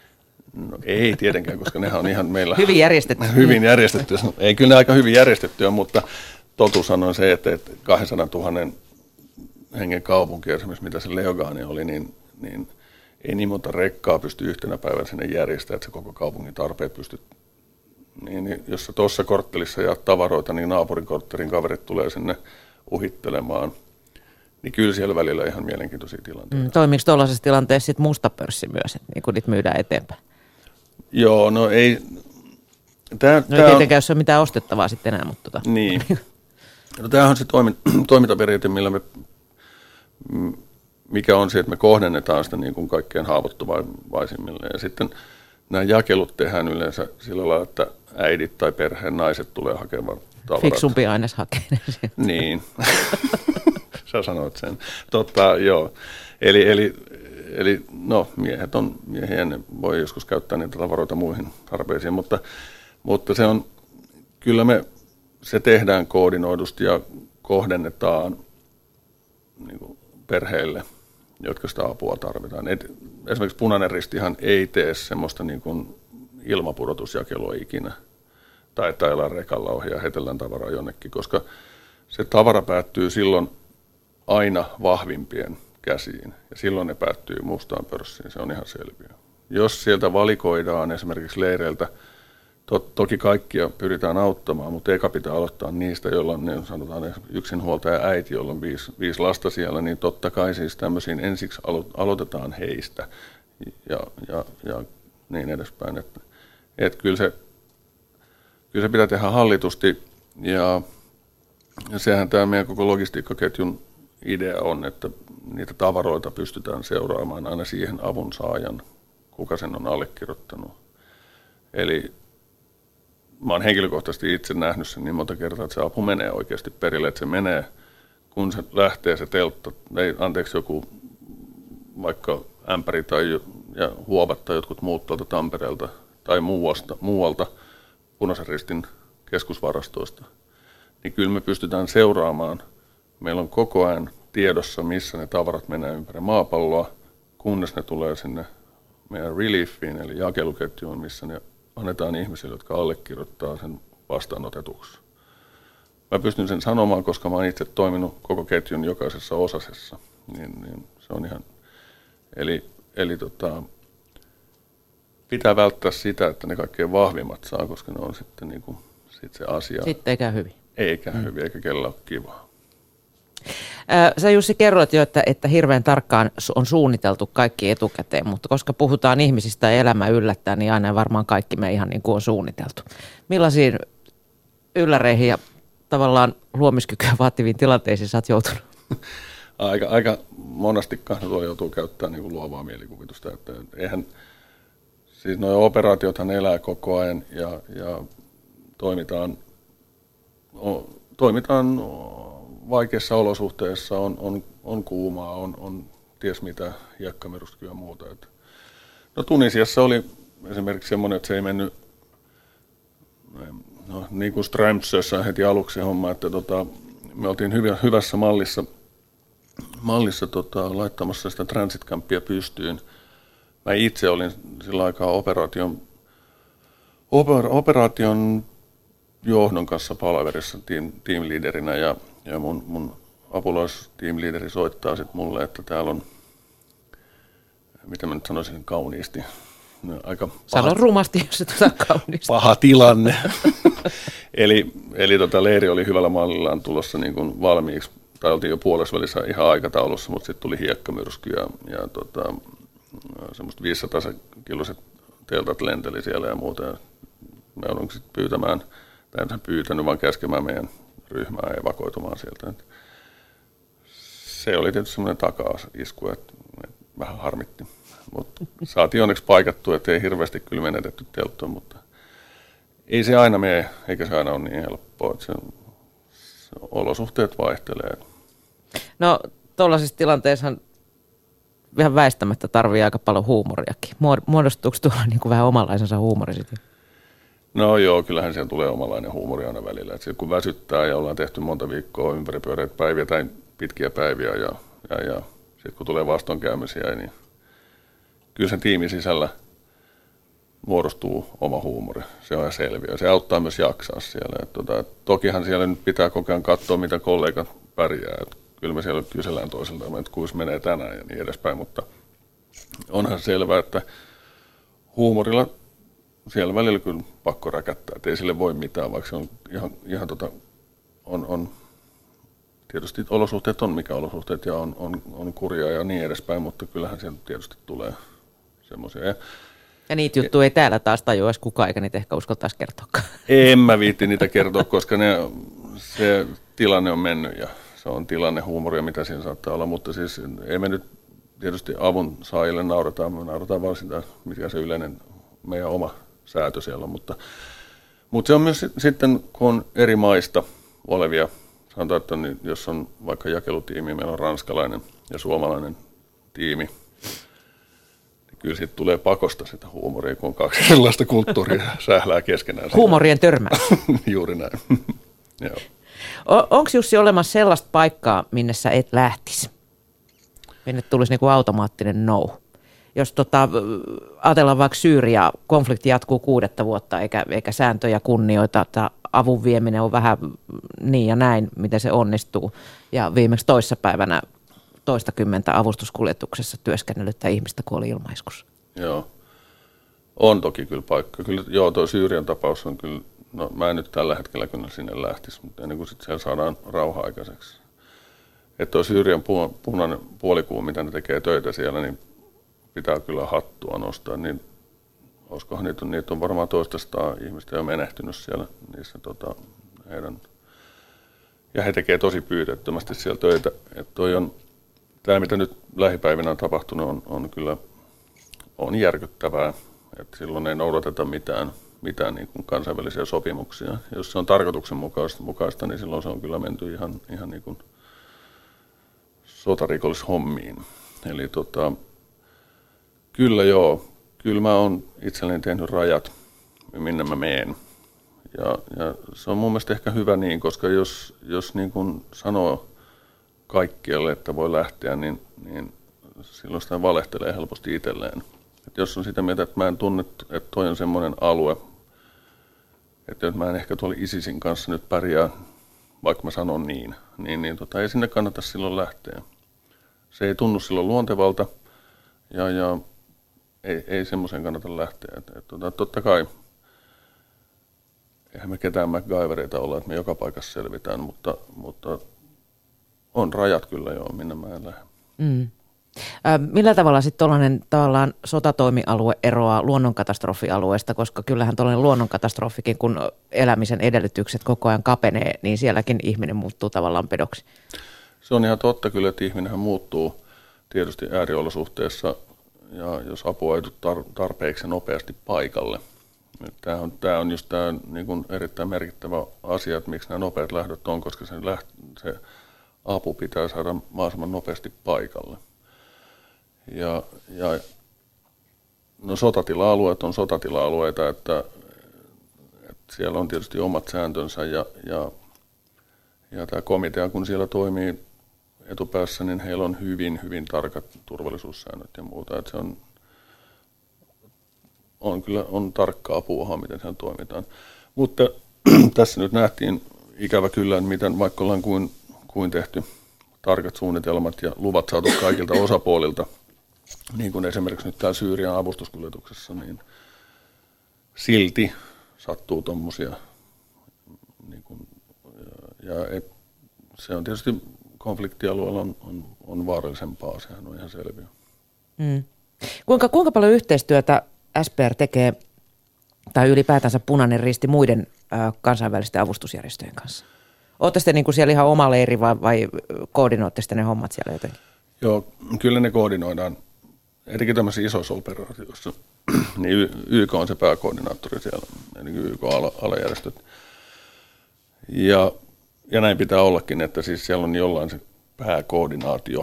No ei tietenkään, koska nehän on ihan meillä hyvin järjestetty. Hyvin järjestetty. Ei kyllä ne aika hyvin järjestettyä, mutta totuus on se, että, että kaksisataa tuhatta hengen kaupunki, esimerkiksi mitä se Leogani oli, niin, niin ei niin monta rekkaa pysty yhtenä päivänä sinne järjestämään, että se koko kaupungin tarpeet pystyy. Niin, niin, jos sä tuossa korttelissa jaat tavaroita, niin naapurin korttelin kaverit tulee sinne uhittelemaan. Niin kyllä siellä välillä ihan mielenkiintoisia tilanteita. Mm, toimiiko tuollaisessa tilanteessa sitten musta pörssi myös, että niin kun niitä myydään eteenpäin? Joo, no ei. Tää, no ei tietenkään, jos ei ole mitään ostettavaa sitten enää, mutta tota. Niin. No tämähän on se toimi, toimintaperiaate, millä me, mikä on se, että me kohdennetaan sitä niin kuin kaikkein haavoittuvaisimmille. Ja sitten nämä jakelut tehdään yleensä sillä lailla, että äidit tai perheen naiset tulee hakemaan tavarat. Fiksumpi aines hakee. Niin. Sä sanoit sen. Totta, joo. Eli, eli, eli no, miehet on miehiä, ne voi joskus käyttää niitä tavaroita muihin tarpeisiin, mutta, mutta se on, kyllä me, se tehdään koordinoidusti ja kohdennetaan niin kuin perheille, jotka sitä apua tarvitaan. Et, esimerkiksi Punainen Ristihan ei tee semmoista niin kuin ilmapudotusjakelua ikinä, tai että ajellaan rekalla ohi ja heitellään tavaraa jonnekin, koska se tavara päättyy silloin aina vahvimpien käsiin, ja silloin ne päättyy mustaan pörssiin, se on ihan selviä. Jos sieltä valikoidaan esimerkiksi leireiltä to, toki kaikkia pyritään auttamaan, mutta eka pitää aloittaa niistä, joilla on, ne, sanotaan yksinhuoltaja äiti, jolla on viisi, viisi lasta siellä, niin totta kai siis tämmöisiin ensiksi alo, aloitetaan heistä ja, ja, ja niin edespäin. Että, et kyllä, se, kyllä se pitää tehdä hallitusti ja, ja sehän tämä meidän koko logistiikkaketjun idea on, että niitä tavaroita pystytään seuraamaan aina siihen avun saajan, kuka sen on allekirjoittanut. Eli mä oon henkilökohtaisesti itse nähnyt sen niin monta kertaa, että se apu menee oikeasti perille, että se menee, kun se lähtee se teltta, ei, anteeksi joku vaikka ämpäri tai ja huovat tai jotkut muut tuolta Tampereelta tai muualta, muualta Punaisen Ristin keskusvarastoista, niin kyllä me pystytään seuraamaan. Meillä on koko ajan tiedossa, missä ne tavarat menee ympäri maapalloa, kunnes ne tulee sinne meidän reliefiin, eli jakeluketjuun, missä ne annetaan ihmisille, jotka allekirjoittaa sen vastaanotetuksi. Mä pystyn sen sanomaan, koska mä oon itse toiminut koko ketjun jokaisessa osasessa. Niin, niin se on ihan, eli, eli tota, pitää välttää sitä, että ne kaikkein vahvimmat saa, koska ne on sitten niin kuin, sit se asia. Sitten ei käy hyvin. Ei käy mm. hyvin, eikä kellään ole kivaa. Sä Jussi kerroit jo, että, että hirveän tarkkaan on suunniteltu kaikki etukäteen, mutta koska puhutaan ihmisistä ja elämä yllättää, niin aina varmaan kaikki me ihan niin kuin on suunniteltu. Millaisiin ylläreihin ja tavallaan luomiskykyä vaativiin tilanteisiin sä oot joutunut? Aika, aika monestikaan tuo joutuu käyttämään niin kuin luovaa mielikuvitusta. Että eihän, siis nuo operaatiothan elää koko ajan ja, ja toimitaan, o, toimitaan vaikeissa olosuhteissa, on, on, on kuumaa, on, on ties mitä, hiekkamyrskyä ja muuta. Et, no Tunisiassa oli esimerkiksi semmoinen, että se ei mennyt, no, niin kuin Strömsössä heti aluksi homma, että tota, me oltiin hyvä, hyvässä mallissa, mallissa tota, laittamassa sitä transit-camppia pystyyn. Mä itse olin sillä aikaa operaation, oper, operaation johdon kanssa palaverissa team, teamleaderinä ja, ja mun, mun apulaisteamleaderi soittaa sitten mulle, että täällä on, mitä mä nyt sanoisin kauniisti, no, aika paha, sano rumasti, jos se tuota kauniisti. Paha tilanne. eli eli tota, leiri oli hyvällä mallillaan tulossa niin kuin valmiiksi, tai oltiin jo puolesvälissä ihan aikataulussa, mutta sitten tuli hiekkamyrsky ja, ja tota, semmoista viisisataa kiloiset teltat lenteli siellä ja muuta. Ja me joudun sitten pyytämään, tai en pyytänyt, vaan käskemään meidän ryhmää evakuoitumaan sieltä. Et se oli tietysti semmoinen taka-isku, että vähän harmitti. Mutta saatiin onneksi paikattua, että ei hirveästi kyllä menetetty telttoon, mutta ei se aina mene, eikä se aina ole niin helppoa, että se, se olosuhteet vaihtelee. No tuollaisissa tilanteissa ihan väistämättä tarvii aika paljon huumoriakin. Muodostuuko tuolla niin kuin vähän omanlaisensa huumori sitten? No joo, kyllähän siellä tulee omanlainen huumori aina välillä. Et kun väsyttää ja ollaan tehty monta viikkoa ympäripyöreitä päiviä tai pitkiä päiviä ja, ja, ja sitten kun tulee vastoinkäymisiä, niin kyllä sen tiimin sisällä muodostuu oma huumori. Se on ihan selviä. Se auttaa myös jaksaa siellä. Et tota, et tokihan siellä nyt pitää koko ajan katsoa, mitä kollegat pärjää. Et kyllä me siellä kysellään toisilta, että kuinka menee tänään ja niin edespäin. Mutta onhan selvää, että huumorilla siellä välillä kyllä pakko räkättää. Et ei sille voi mitään, vaikka se on ihan, ihan tota, on, on tietysti olosuhteet on mikä olosuhteet ja on, on, on kurjaa ja niin edespäin, mutta kyllähän siellä tietysti tulee semmoisia. Ja, ja niitä juttuja ei täällä taas tajua edes kukaan, eikä niitä ehkä uskaltaisi kertoakaan. En mä viitti niitä kertoa, koska ne, se tilanne on mennyt ja se on tilanne huumoria, mitä siinä saattaa olla, mutta siis ei me nyt tietysti avun saajille naurataan, me naurataan vaan sitä, mikä se yleinen meidän oma säätö siellä on, mutta, mutta se on myös sitten, kun on eri maista olevia, sanotaan, että on, jos on vaikka jakelutiimi, meillä on ranskalainen ja suomalainen tiimi, niin kyllä siitä tulee pakosta sitä huumoria, kun on kaksi sellaista kulttuuria sählää keskenään. Huumorien törmäys. Juuri näin. Joo. Onko Jussi olemassa sellaista paikkaa, minne sä et lähtisi? Minne tulisi niinku automaattinen no. Jos tota, ajatellaan vaikka Syyria, konflikti jatkuu kuudetta vuotta eikä, eikä sääntöjä kunnioita, että avun vieminen on vähän niin ja näin, miten se onnistuu. Ja viimeksi toissapäivänä toistakymmentä avustuskuljetuksessa työskennellyttä ihmistä kuoli ilmaiskussa. Joo. On toki kyllä paikka. Kyllä, joo, tuo Syyrian tapaus on kyllä, no mä en nyt tällä hetkellä kyllä sinne lähtisi, mutta ennen kuin sitten siellä saadaan rauha aikaiseksi. Että tuo Syyrian pu, punainen puolikuu, mitä ne tekee töitä siellä, niin pitää kyllä hattua nostaa. Niin, olisikohan niitä on, niitä on varmaan toistastaan ihmistä jo menehtynyt siellä niissä tota, heidän. Ja he tekee tosi pyytettömästi siellä töitä. Että toi on, tämä mitä nyt lähipäivinä on tapahtunut on, on kyllä on järkyttävää. Että silloin ei noudateta mitään, mitään niin kuin kansainvälisiä sopimuksia. Jos se on tarkoituksenmukaista, niin silloin se on kyllä menty ihan, ihan niin kuin sotarikollishommiin. Eli tota, kyllä joo, kyllä mä oon itselleni tehnyt rajat, minne mä meen. Ja, ja se on mun mielestä ehkä hyvä niin, koska jos, jos niin kuin sanoo kaikkialle, että voi lähteä, niin, niin silloin sitä valehtelee helposti itselleen. Et jos on sitä mieltä, että mä en tunne, että toi on semmoinen alue, että jos mä en ehkä tuolla ISISin kanssa nyt pärjää, vaikka mä sanon niin, niin, niin tota, ei sinne kannata silloin lähteä. Se ei tunnu silloin luontevalta ja, ja ei, ei semmoisen kannata lähteä. Et, et, tota, totta kai, eihän me ketään MacGyvereita olla, että me joka paikassa selvitään, mutta, mutta on rajat kyllä joo, minne mä en lähde. Mm. Millä tavalla sitten tuollainen tavallaan sotatoimialue eroaa luonnonkatastrofialueesta, koska kyllähän tuollainen luonnonkatastrofikin, kun elämisen edellytykset koko ajan kapenee, niin sielläkin ihminen muuttuu tavallaan pedoksi. Se on ihan totta kyllä, että ihminenhän muuttuu tietysti ääriolosuhteessa ja jos apua ei tule tarpeeksi nopeasti paikalle. Tämä on, tämä on just tämä niin kuin erittäin merkittävä asia, että miksi nämä nopeat lähdöt on, koska se, läht, se apu pitää saada mahdollisimman nopeasti paikalle. Ja, ja no sotatila-alueet on sotatila-alueita, että, että siellä on tietysti omat sääntönsä ja, ja, ja tämä komitea, kun siellä toimii etupäässä, niin heillä on hyvin, hyvin tarkat turvallisuussäännöt ja muuta. Että se on, on kyllä on tarkkaa puuhaa, miten siellä toimitaan. Mutta tässä nyt nähtiin ikävä kyllä, miten vaikka ollaan kuin, kuin tehty tarkat suunnitelmat ja luvat saatu kaikilta osapuolilta, niin kuin esimerkiksi nyt täällä Syyrian avustuskuljetuksessa, niin silti sattuu tuommoisia, niin kuin, ja, ja et, se on tietysti konfliktialueella on, on, on vaarallisempaa, sehän on ihan selviä. Mm. Kuinka, kuinka paljon yhteistyötä S P R tekee, tai ylipäätänsä Punainen Risti muiden äh, kansainvälisten avustusjärjestöjen kanssa? Oletteko te niin kuin siellä ihan oma leiri vai, vai koordinoitte ne hommat siellä jotenkin? Joo, kyllä ne koordinoidaan. Etenkin tämmöisissä isoissa operaatioissa, niin Y K on se pääkoordinaattori siellä, eli Y K-alajärjestöt. Ja, ja näin pitää ollakin, että siis siellä on jollain se pääkoordinaatio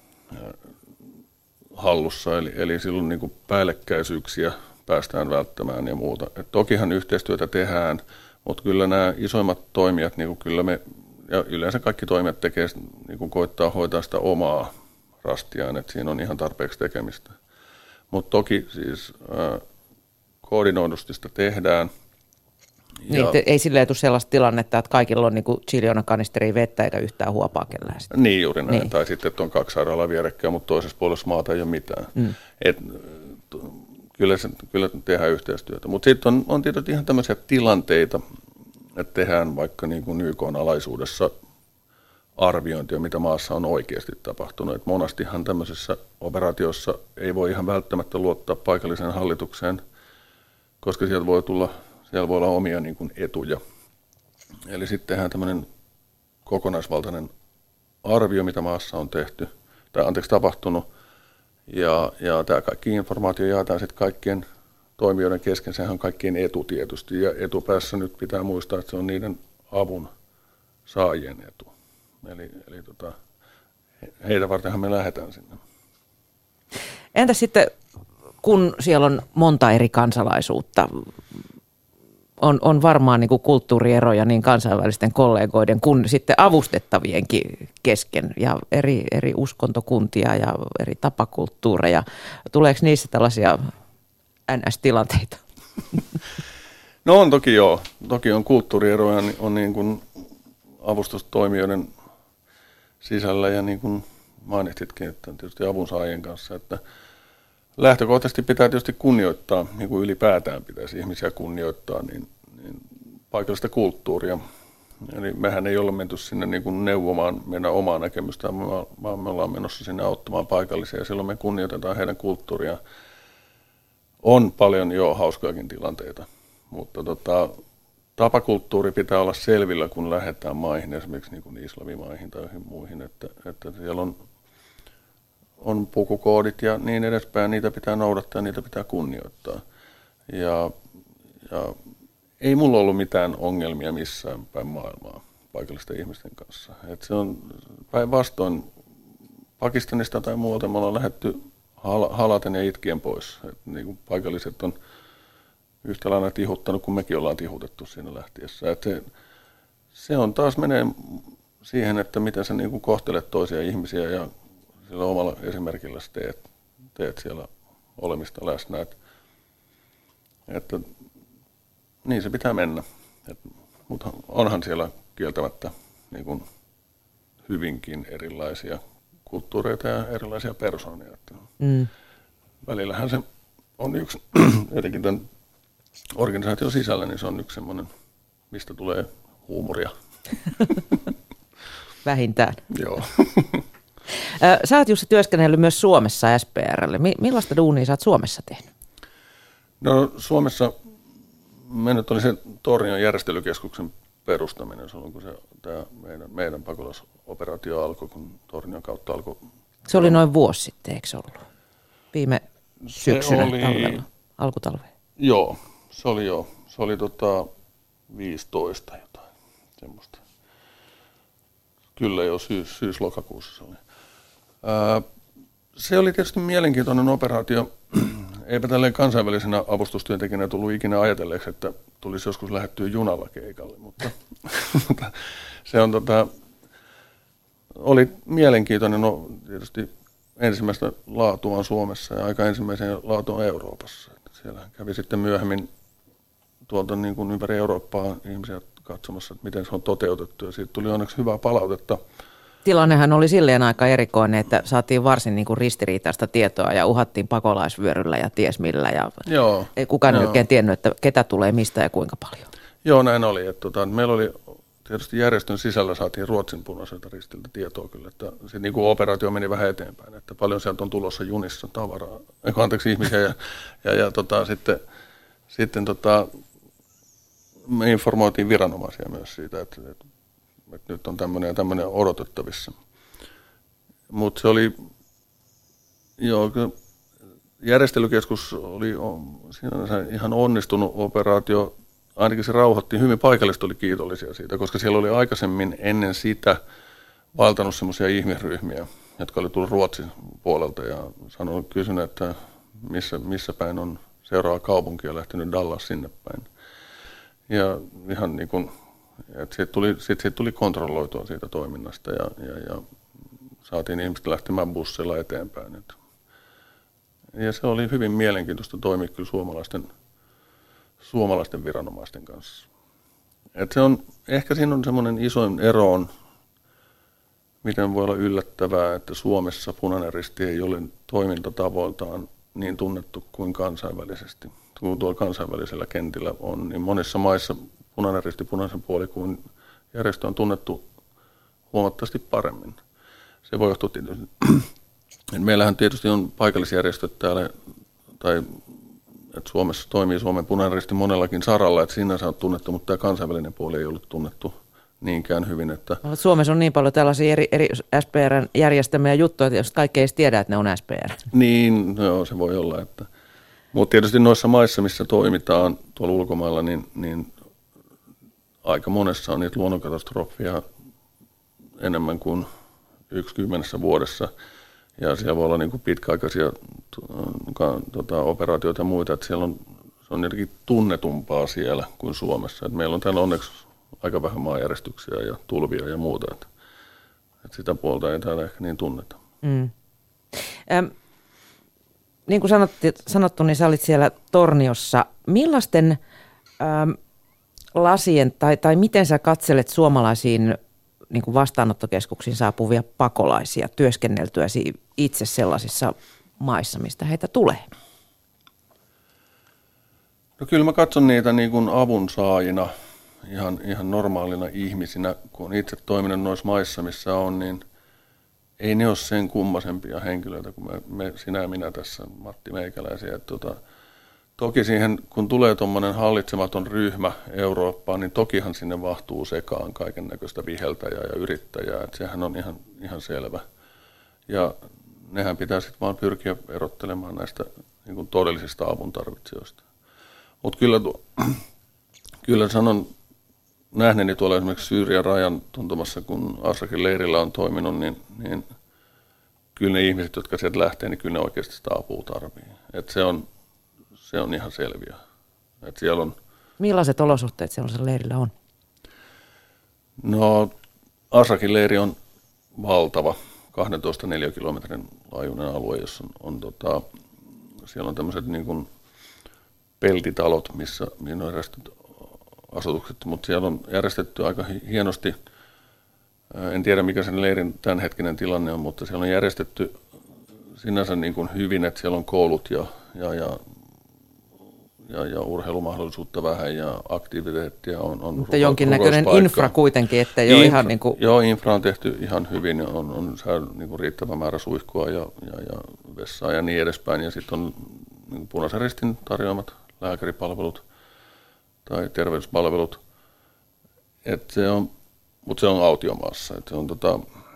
hallussa, eli, eli silloin niin kuin päällekkäisyyksiä päästään välttämään ja muuta. Et tokihan yhteistyötä tehdään, mutta kyllä nämä isoimmat toimijat, niin kuin kyllä me, ja yleensä kaikki toimijat tekee, niin kuin koittaa hoitaa sitä omaa rastiaan, että siinä on ihan tarpeeksi tekemistä. Mutta toki siis äh, koordinoidusti sitä tehdään. Niin, ja, ei silleen tule sellaista tilannetta, että kaikilla on niinku chiliona kanisteria vettä eikä yhtään huopaa kellään sitä. Niin juuri näin, niin. Tai sitten, että on kaksi sairaalaa vierekkäin, mutta toisessa puolessa maata ei ole mitään. Mm. Et, kyllä, se, kyllä tehdään yhteistyötä, mutta sitten on, on tietysti ihan tämmöisiä tilanteita, että tehdään vaikka niin kuin Y K:n alaisuudessa arviointia, mitä maassa on oikeasti tapahtunut. Et monastihan tämmöisessä operaatiossa ei voi ihan välttämättä luottaa paikalliseen hallitukseen, koska sieltä voi tulla, siellä voi olla omia niin kuin etuja. Eli sitten tehdään tämmöinen kokonaisvaltainen arvio, mitä maassa on tehty, tai anteeksi tapahtunut, ja, ja tämä kaikki informaatio jaetaan sitten kaikkien toimijoiden kesken, sehän on kaikkien etu tietysti, ja etupäässä nyt pitää muistaa, että se on niiden avun saajien etu. Eli, eli tota, heitä vartenhan me lähdetään sinne. Entä sitten, kun siellä on monta eri kansalaisuutta, on, on varmaan niin kuin kulttuurieroja niin kansainvälisten kollegoiden kuin sitten avustettavienkin kesken ja eri, eri uskontokuntia ja eri tapakulttuureja. Tuleeko niissä tällaisia N S-tilanteita? No on toki joo. Toki on kulttuurieroja, on niin kuin avustustoimijoiden sisällä ja niin kuin mainitsitkin, että tietysti avunsaajien kanssa, että lähtökohtaisesti pitää tietysti kunnioittaa, niin kuin ylipäätään pitäisi ihmisiä kunnioittaa, niin, niin paikallista kulttuuria. Eli mehän ei olla menty sinne niin kuin neuvomaan meidän omaa näkemystä, vaan me ollaan menossa sinne auttamaan paikallisia ja silloin me kunnioitetaan heidän kulttuuria. On paljon jo hauskoakin tilanteita, mutta tota, tapakulttuuri pitää olla selvillä, kun lähdetään maihin, esimerkiksi niin kuin islamimaihin tai muihin, että, että siellä on, on pukukoodit ja niin edespäin, niitä pitää noudattaa ja niitä pitää kunnioittaa. Ja, ja ei mulla ollut mitään ongelmia missään päin maailmaa paikallisten ihmisten kanssa. Et se on päinvastoin Pakistanista tai muualta me ollaan lähdetty halaten ja itkien pois. Et niin kuin paikalliset on yhtä lailla tihuttanut, kuin mekin ollaan tihutettu siinä lähtiessä. Et se, se on taas menee siihen, että miten sä niin kuin kohtelet toisia ihmisiä ja sillä omalla esimerkillä teet, teet siellä olemista läsnä. Et, että niin se pitää mennä. Et, mutta onhan siellä kieltämättä niin kuin hyvinkin erilaisia kulttuureita ja erilaisia persoonia. Mm. Välillähän se on yksi, jotenkin tämän organisaation sisällä, niin se on yksi semmoinen, mistä tulee huumoria. Vähintään. Joo. Sä oot Jussi työskennellyt myös Suomessa S P R:lle. Millaista duunia sä oot Suomessa tehnyt? No Suomessa me nyt oli se Tornion järjestelykeskuksen perustaminen silloin, kun se, tämä meidän, meidän pakolaisoperaatio alkoi, kun Tornion kautta alkoi. Se oli noin vuosi sitten, eikö se ollut? Viime syksynä, oli, talvella, alkutalveen. Joo, se oli joo. Se oli tota viisitoista jotain, semmoista. Kyllä jo syys, syys-lokakuussa se oli. Ää, se oli tietysti mielenkiintoinen operaatio. Eipä tälleen kansainvälisenä avustustyöntekijänä tullut ikinä ajatelleeksi, että tulisi joskus lähdettyä junalla keikalle, mutta se on tota, oli mielenkiintoinen, no tietysti ensimmäistä laatuaan Suomessa ja aika ensimmäisen laatuaan Euroopassa. Siellä kävi sitten myöhemmin tuolta niin kuin ympäri Eurooppaa ihmisiä katsomassa, että miten se on toteutettu ja siitä tuli onneksi hyvää palautetta. Tilannehan oli silleen aika erikoinen, että saatiin varsin niin kuin ristiriitaista tietoa ja uhattiin pakolaisvyöryllä ja ties millä. Ja joo, ei kukaan joo. oikein tiennyt, että ketä tulee mistä ja kuinka paljon. Joo, näin oli. Että, tota, meillä oli tietysti järjestön sisällä saatiin Ruotsin punaiselta ristiltä tietoa kyllä, että se niin kuin operaatio meni vähän eteenpäin, että paljon sieltä on tulossa junissa tavaraa, eikä anteeksi ihmisiä ja, ja, ja tota, sitten, sitten tota, me informoitiin viranomaisia myös siitä, että, että että nyt on tämmöinen ja tämmöinen odotettavissa. Mutta se oli, joo, järjestelykeskus oli sinänsä ihan onnistunut operaatio, ainakin se rauhoitti, hyvin paikallisesti oli kiitollisia siitä, koska siellä oli aikaisemmin ennen sitä valtanut semmoisia ihmisryhmiä, jotka oli tullut Ruotsin puolelta ja sanonut, kysynyt, että missä, missä päin on seuraava kaupunki ja lähtenyt Dallas sinne päin. Ja ihan niin kuin Sitten tuli, sit tuli kontrolloitua siitä toiminnasta ja, ja, ja saatiin ihmiset lähtemään bussilla eteenpäin. Et. Ja se oli hyvin mielenkiintoista toimia kyllä suomalaisten, suomalaisten viranomaisten kanssa. Et se on, ehkä siinä on semmoinen isoin ero on, miten voi olla yllättävää, että Suomessa Punainen Risti ei ole toimintatavoiltaan niin tunnettu kuin kansainvälisesti. Kun tuolla kansainvälisellä kentillä on, niin monissa maissa Punainen Risti, punaisen puoli, kuin järjestö on tunnettu huomattavasti paremmin. Se voi johtua tietysti. Meillähän tietysti on paikallisjärjestöt täällä, tai että Suomessa toimii Suomen Punainen Risti monellakin saralla, että sinänsä on tunnettu, mutta tämä kansainvälinen puoli ei ollut tunnettu niinkään hyvin. Että Suomessa on niin paljon tällaisia eri, eri S P R:n järjestämiä juttuja, että jos kaikki ei edes tiedä, että ne on S P R. Niin, no, se voi olla. Että. Mutta tietysti noissa maissa, missä toimitaan tuolla ulkomailla, niin, niin aika monessa on niitä luonnonkatastrofia enemmän kuin yksi kymmenessä vuodessa. Ja siellä voi olla niin kuin pitkäaikaisia tuota, operaatioita ja muita, että siellä on, se on jotenkin tunnetumpaa siellä kuin Suomessa. Et meillä on täällä onneksi aika vähän maanjäristyksiä ja tulvia ja muuta, että, että sitä puolta ei täällä ehkä niin tunneta. Mm. Ähm, niin kuin sanottu, sanottu, niin sä olit siellä Torniossa. Millaisten ähm, lasien, tai, tai miten sä katselet suomalaisiin niin kuin vastaanottokeskuksiin saapuvia pakolaisia työskenneltyäsi itse sellaisissa maissa, mistä heitä tulee? No kyllä mä katson niitä niin kuin avunsaajina, ihan, ihan normaalina ihmisinä, kun on itse toiminut noissa maissa, missä on, niin ei ne ole sen kummasempia henkilöitä kuin me, me, sinä ja minä tässä, Matti Meikäläisiä. Että tota, toki siihen, kun tulee tuommoinen hallitsematon ryhmä Eurooppaan, niin tokihan sinne vahtuu sekaan kaiken näköistä viheltäjää ja yrittäjää, että sehän on ihan, ihan selvä. Ja nehän pitää sitten vaan pyrkiä erottelemaan näistä niin kuin todellisista avun tarvitsijoista. Mutta kyllä, kyllä sanon nähneeni tuolla esimerkiksi Syyrian rajan tuntumassa, kun Ashrafin leirillä on toiminut, niin, niin kyllä ne ihmiset, jotka sieltä lähtee, niin kyllä ne oikeasti sitä apua tarvii. Et se, on, se on ihan selviä. Et siellä on, millaiset olosuhteet sellaisella leirillä on? No Ashrafin leiri on valtava, kaksitoista neliökilometrin laajuinen alue, jossa on, on tota, siellä on tämmöiset niin kuin peltitalot, missä, missä on järjestetty asutukset, mutta siellä on järjestetty aika hienosti, en tiedä mikä sen leirin tämänhetkinen tilanne on, mutta siellä on järjestetty sinänsä niin kuin hyvin, että siellä on koulut ja, ja, ja, ja, ja urheilumahdollisuutta vähän ja aktiviteettia on. on mutta jonkinnäköinen infra kuitenkin, että ei ole ihan niin kuin... Joo, infra on tehty ihan hyvin ja on, on niin kuin riittävä määrä suihkua ja, ja, ja vessaa ja niin edespäin. Ja sitten on niin Punaisen Ristin tarjoamat lääkäripalvelut tai terveyspalvelut, et se on, mutta se on autiomaassa. Et se on, tota,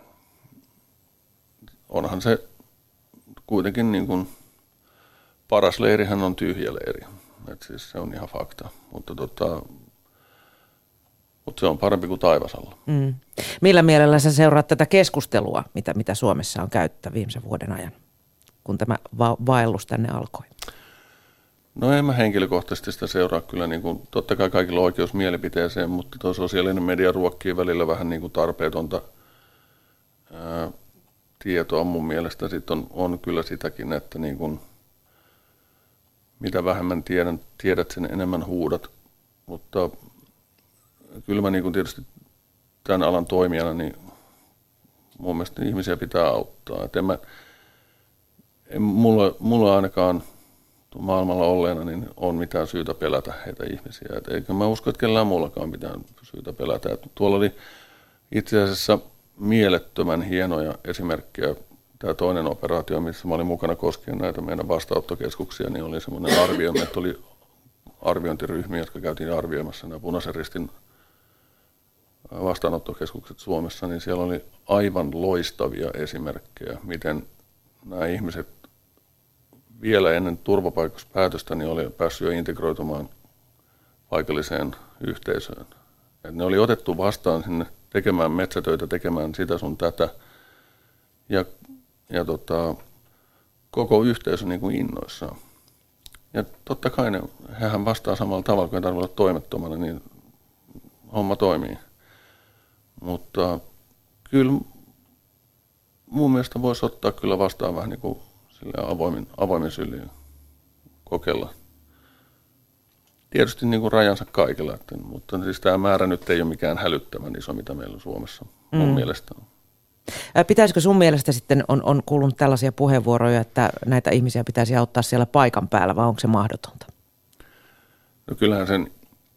onhan se kuitenkin niin kuin, paras leirihän on tyhjä leiri, et siis se on ihan fakta, mutta, tota, mutta se on parempi kuin taivasalla. Mm. Millä mielellä sä seuraat tätä keskustelua, mitä, mitä Suomessa on käyttä viimeisen vuoden ajan, kun tämä va- vaellus tänne alkoi? No en mä henkilökohtaisesti sitä seuraa kyllä, niin kuin, totta kai kaikilla on oikeus mielipiteeseen, mutta tuo sosiaalinen media ruokkii välillä vähän niin kuin tarpeetonta ää, tietoa mun mielestä. Sitten on, on kyllä sitäkin, että niin kuin, mitä vähemmän tiedän, tiedät, sen enemmän huudat, mutta kyllä mä niin kuin tietysti tämän alan toimijana, niin mun mielestä ihmisiä pitää auttaa. Et en mä, en, mulla, mulla ainakaan maailmalla olleena, niin on mitään syytä pelätä heitä ihmisiä. Et eikä mä usko, että kellään muullakaan mitään syytä pelätä. Et tuolla oli itse asiassa mielettömän hienoja esimerkkejä. Tämä toinen operaatio, missä mä olin mukana koskien näitä meidän vastaanottokeskuksia, niin oli semmoinen arvio, että oli arviointiryhmiä, jotka käytiin arvioimassa nämä Punaisen Ristin vastaanottokeskukset Suomessa, niin siellä oli aivan loistavia esimerkkejä, miten nämä ihmiset vielä ennen turvapaikkauspäätöstä niin oli päässyt jo integroitumaan paikalliseen yhteisöön. Et ne oli otettu vastaan sinne tekemään metsätöitä, tekemään sitä sun tätä. Ja, ja tota, koko yhteisö niin kuin innoissaan. Ja totta kai ne, hehän vastaa samalla tavalla, kun ei tarvitse olla toimettomana, niin homma toimii. Mutta kyllä mun mielestä voisi ottaa kyllä vastaan vähän niin kuin avoimin, avoimin syliin kokeilla. Tietysti niin kuin rajansa kaikilla, että, mutta siis tämä määrä nyt ei ole mikään hälyttävän iso, mitä meillä on Suomessa mun mm. mielestä. Pitäisikö sun mielestä sitten, on, on kuulunut tällaisia puheenvuoroja, että näitä ihmisiä pitäisi auttaa siellä paikan päällä, vai onko se mahdotonta? No kyllähän sen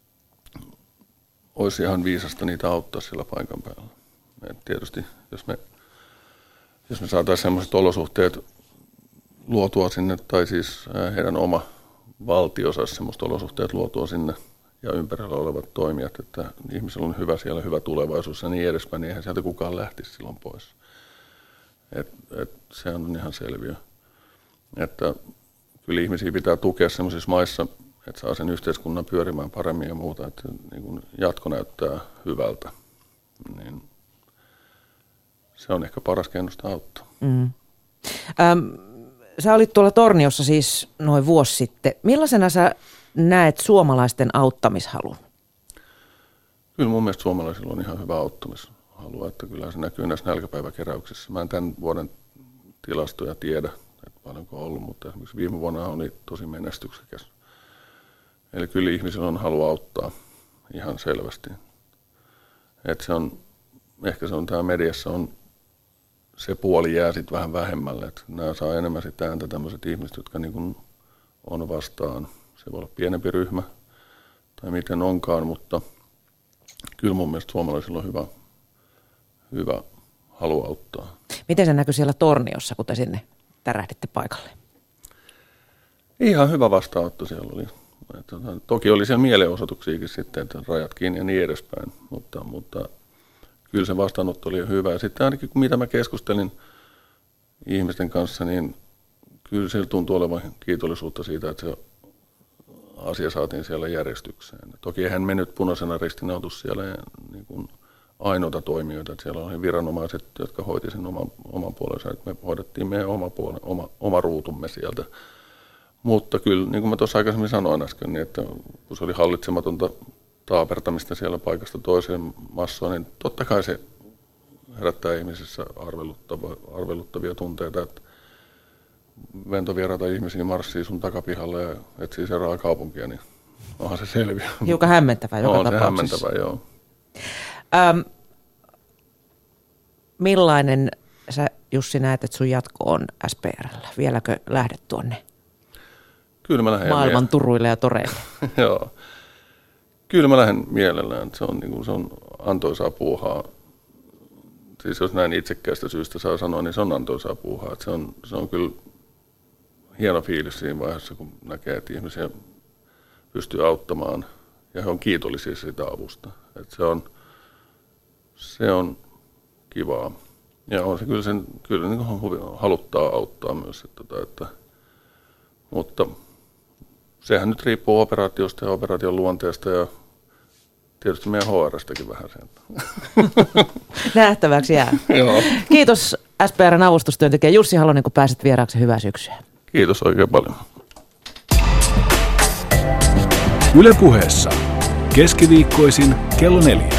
olisi ihan viisasta niitä auttaa siellä paikan päällä. Et tietysti jos me, jos me saataisiin sellaiset olosuhteet luotua sinne, tai siis heidän oma valtio saisi sellaiset olosuhteet luotua sinne ja ympärillä olevat toimijat, että ihmisillä on hyvä siellä, hyvä tulevaisuus ja niin edespäin, niin eihän sieltä kukaan lähtisi silloin pois. Et, et, se on ihan selviö. Että kyllä ihmisiä pitää tukea sellaisissa maissa, että saa sen yhteiskunnan pyörimään paremmin ja muuta, että niin kun jatko näyttää hyvältä. Niin se on ehkä paras keino sitä auttaa. Mm. Ähm, sä olit tuolla Torniossa siis noin vuosi sitten. Millaisena sä näet suomalaisten auttamishalun? Kyllä mun mielestä suomalaisilla on ihan hyvä auttamishalu, että kyllä se näkyy näissä nälkäpäiväkeräyksissä. Mä en tämän vuoden tilastoja tiedä, että paljonko on ollut, mutta esimerkiksi viime vuonna oli tosi menestyksekäs. Eli kyllä ihmisillä on halu auttaa ihan selvästi. Että se on, ehkä se on täällä mediassa on se puoli jää sitten vähän vähemmälle. Että nämä saa enemmän sitä ääntä tämmöiset ihmiset, jotka niin kuin on vastaan. Se voi olla pienempi ryhmä tai miten onkaan, mutta kyllä mun mielestä suomalaisilla on hyvä, hyvä halu auttaa. Miten se näkyy siellä Torniossa, kun te sinne tärähditte paikalle? Ihan hyvä vastaanotto siellä oli. Että, toki oli siellä mielenosoituksiakin sitten, että rajat kiinni ja niin edespäin, mutta, mutta kyllä se vastaanotto oli hyvä. Ja sitten ainakin mitä mä keskustelin ihmisten kanssa, niin kyllä siellä tuntuu olevan kiitollisuutta siitä, että se asia saatiin siellä järjestykseen. Toki eihän me nyt Punaisena Ristinä oltu siellä niin kuin ainoita toimijoita, että siellä oli viranomaiset, jotka hoiti sen oman, oman puolensa, että me hoidettiin meidän oma, puolen, oma, oma ruutumme sieltä. Mutta kyllä, niin kuin mä tuossa aikaisemmin sanoin äsken, niin että kun se oli hallitsematonta taapertamista siellä paikasta toiseen massoon, niin totta kai se herättää ihmisissä arveluttavia tunteita, että ventovieraita ihmisiä marssii sun takapihalle ja etsii seuraavaa kaupunkia, niin onhan se selviä. Hiukan hämmentävää joka on tapauksessa. On se hämmentävää, joo. Öm, millainen sä, Jussi, näet, että sun jatko on S P R:llä? Vieläkö lähdet tuonne Kyllä mä lähden maailman mie- turuille ja toreille? Joo. Kyllä mä lähden mielellään. Se on, niin kuin, se on antoisaa puuhaa. Siis jos näin itsekkäästä syystä saa sanoa, niin se on antoisaa puuhaa. Se on, se on kyllä hieno fiilis siinä vaiheessa, kun näkee, että ihmisiä pystyy auttamaan. Ja he on kiitollisia siitä avusta. Että se on, se on kivaa. Ja on se kyllä, sen, kyllä niin kuin haluttaa auttaa myös. Että, että, mutta sehän nyt riippuu operaatiosta ja operaation luonteesta ja tietysti meidän H R:stäkin vähän sen. Nähtäväksi jää. Joo. Kiitos S P R:n avustustyöntekijä Jussi Halonen, kun pääsit vieraaksi. Hyvää syksyä. Kiitos oikein paljon. Yle Puheessa keskiviikkoisin kello neljä.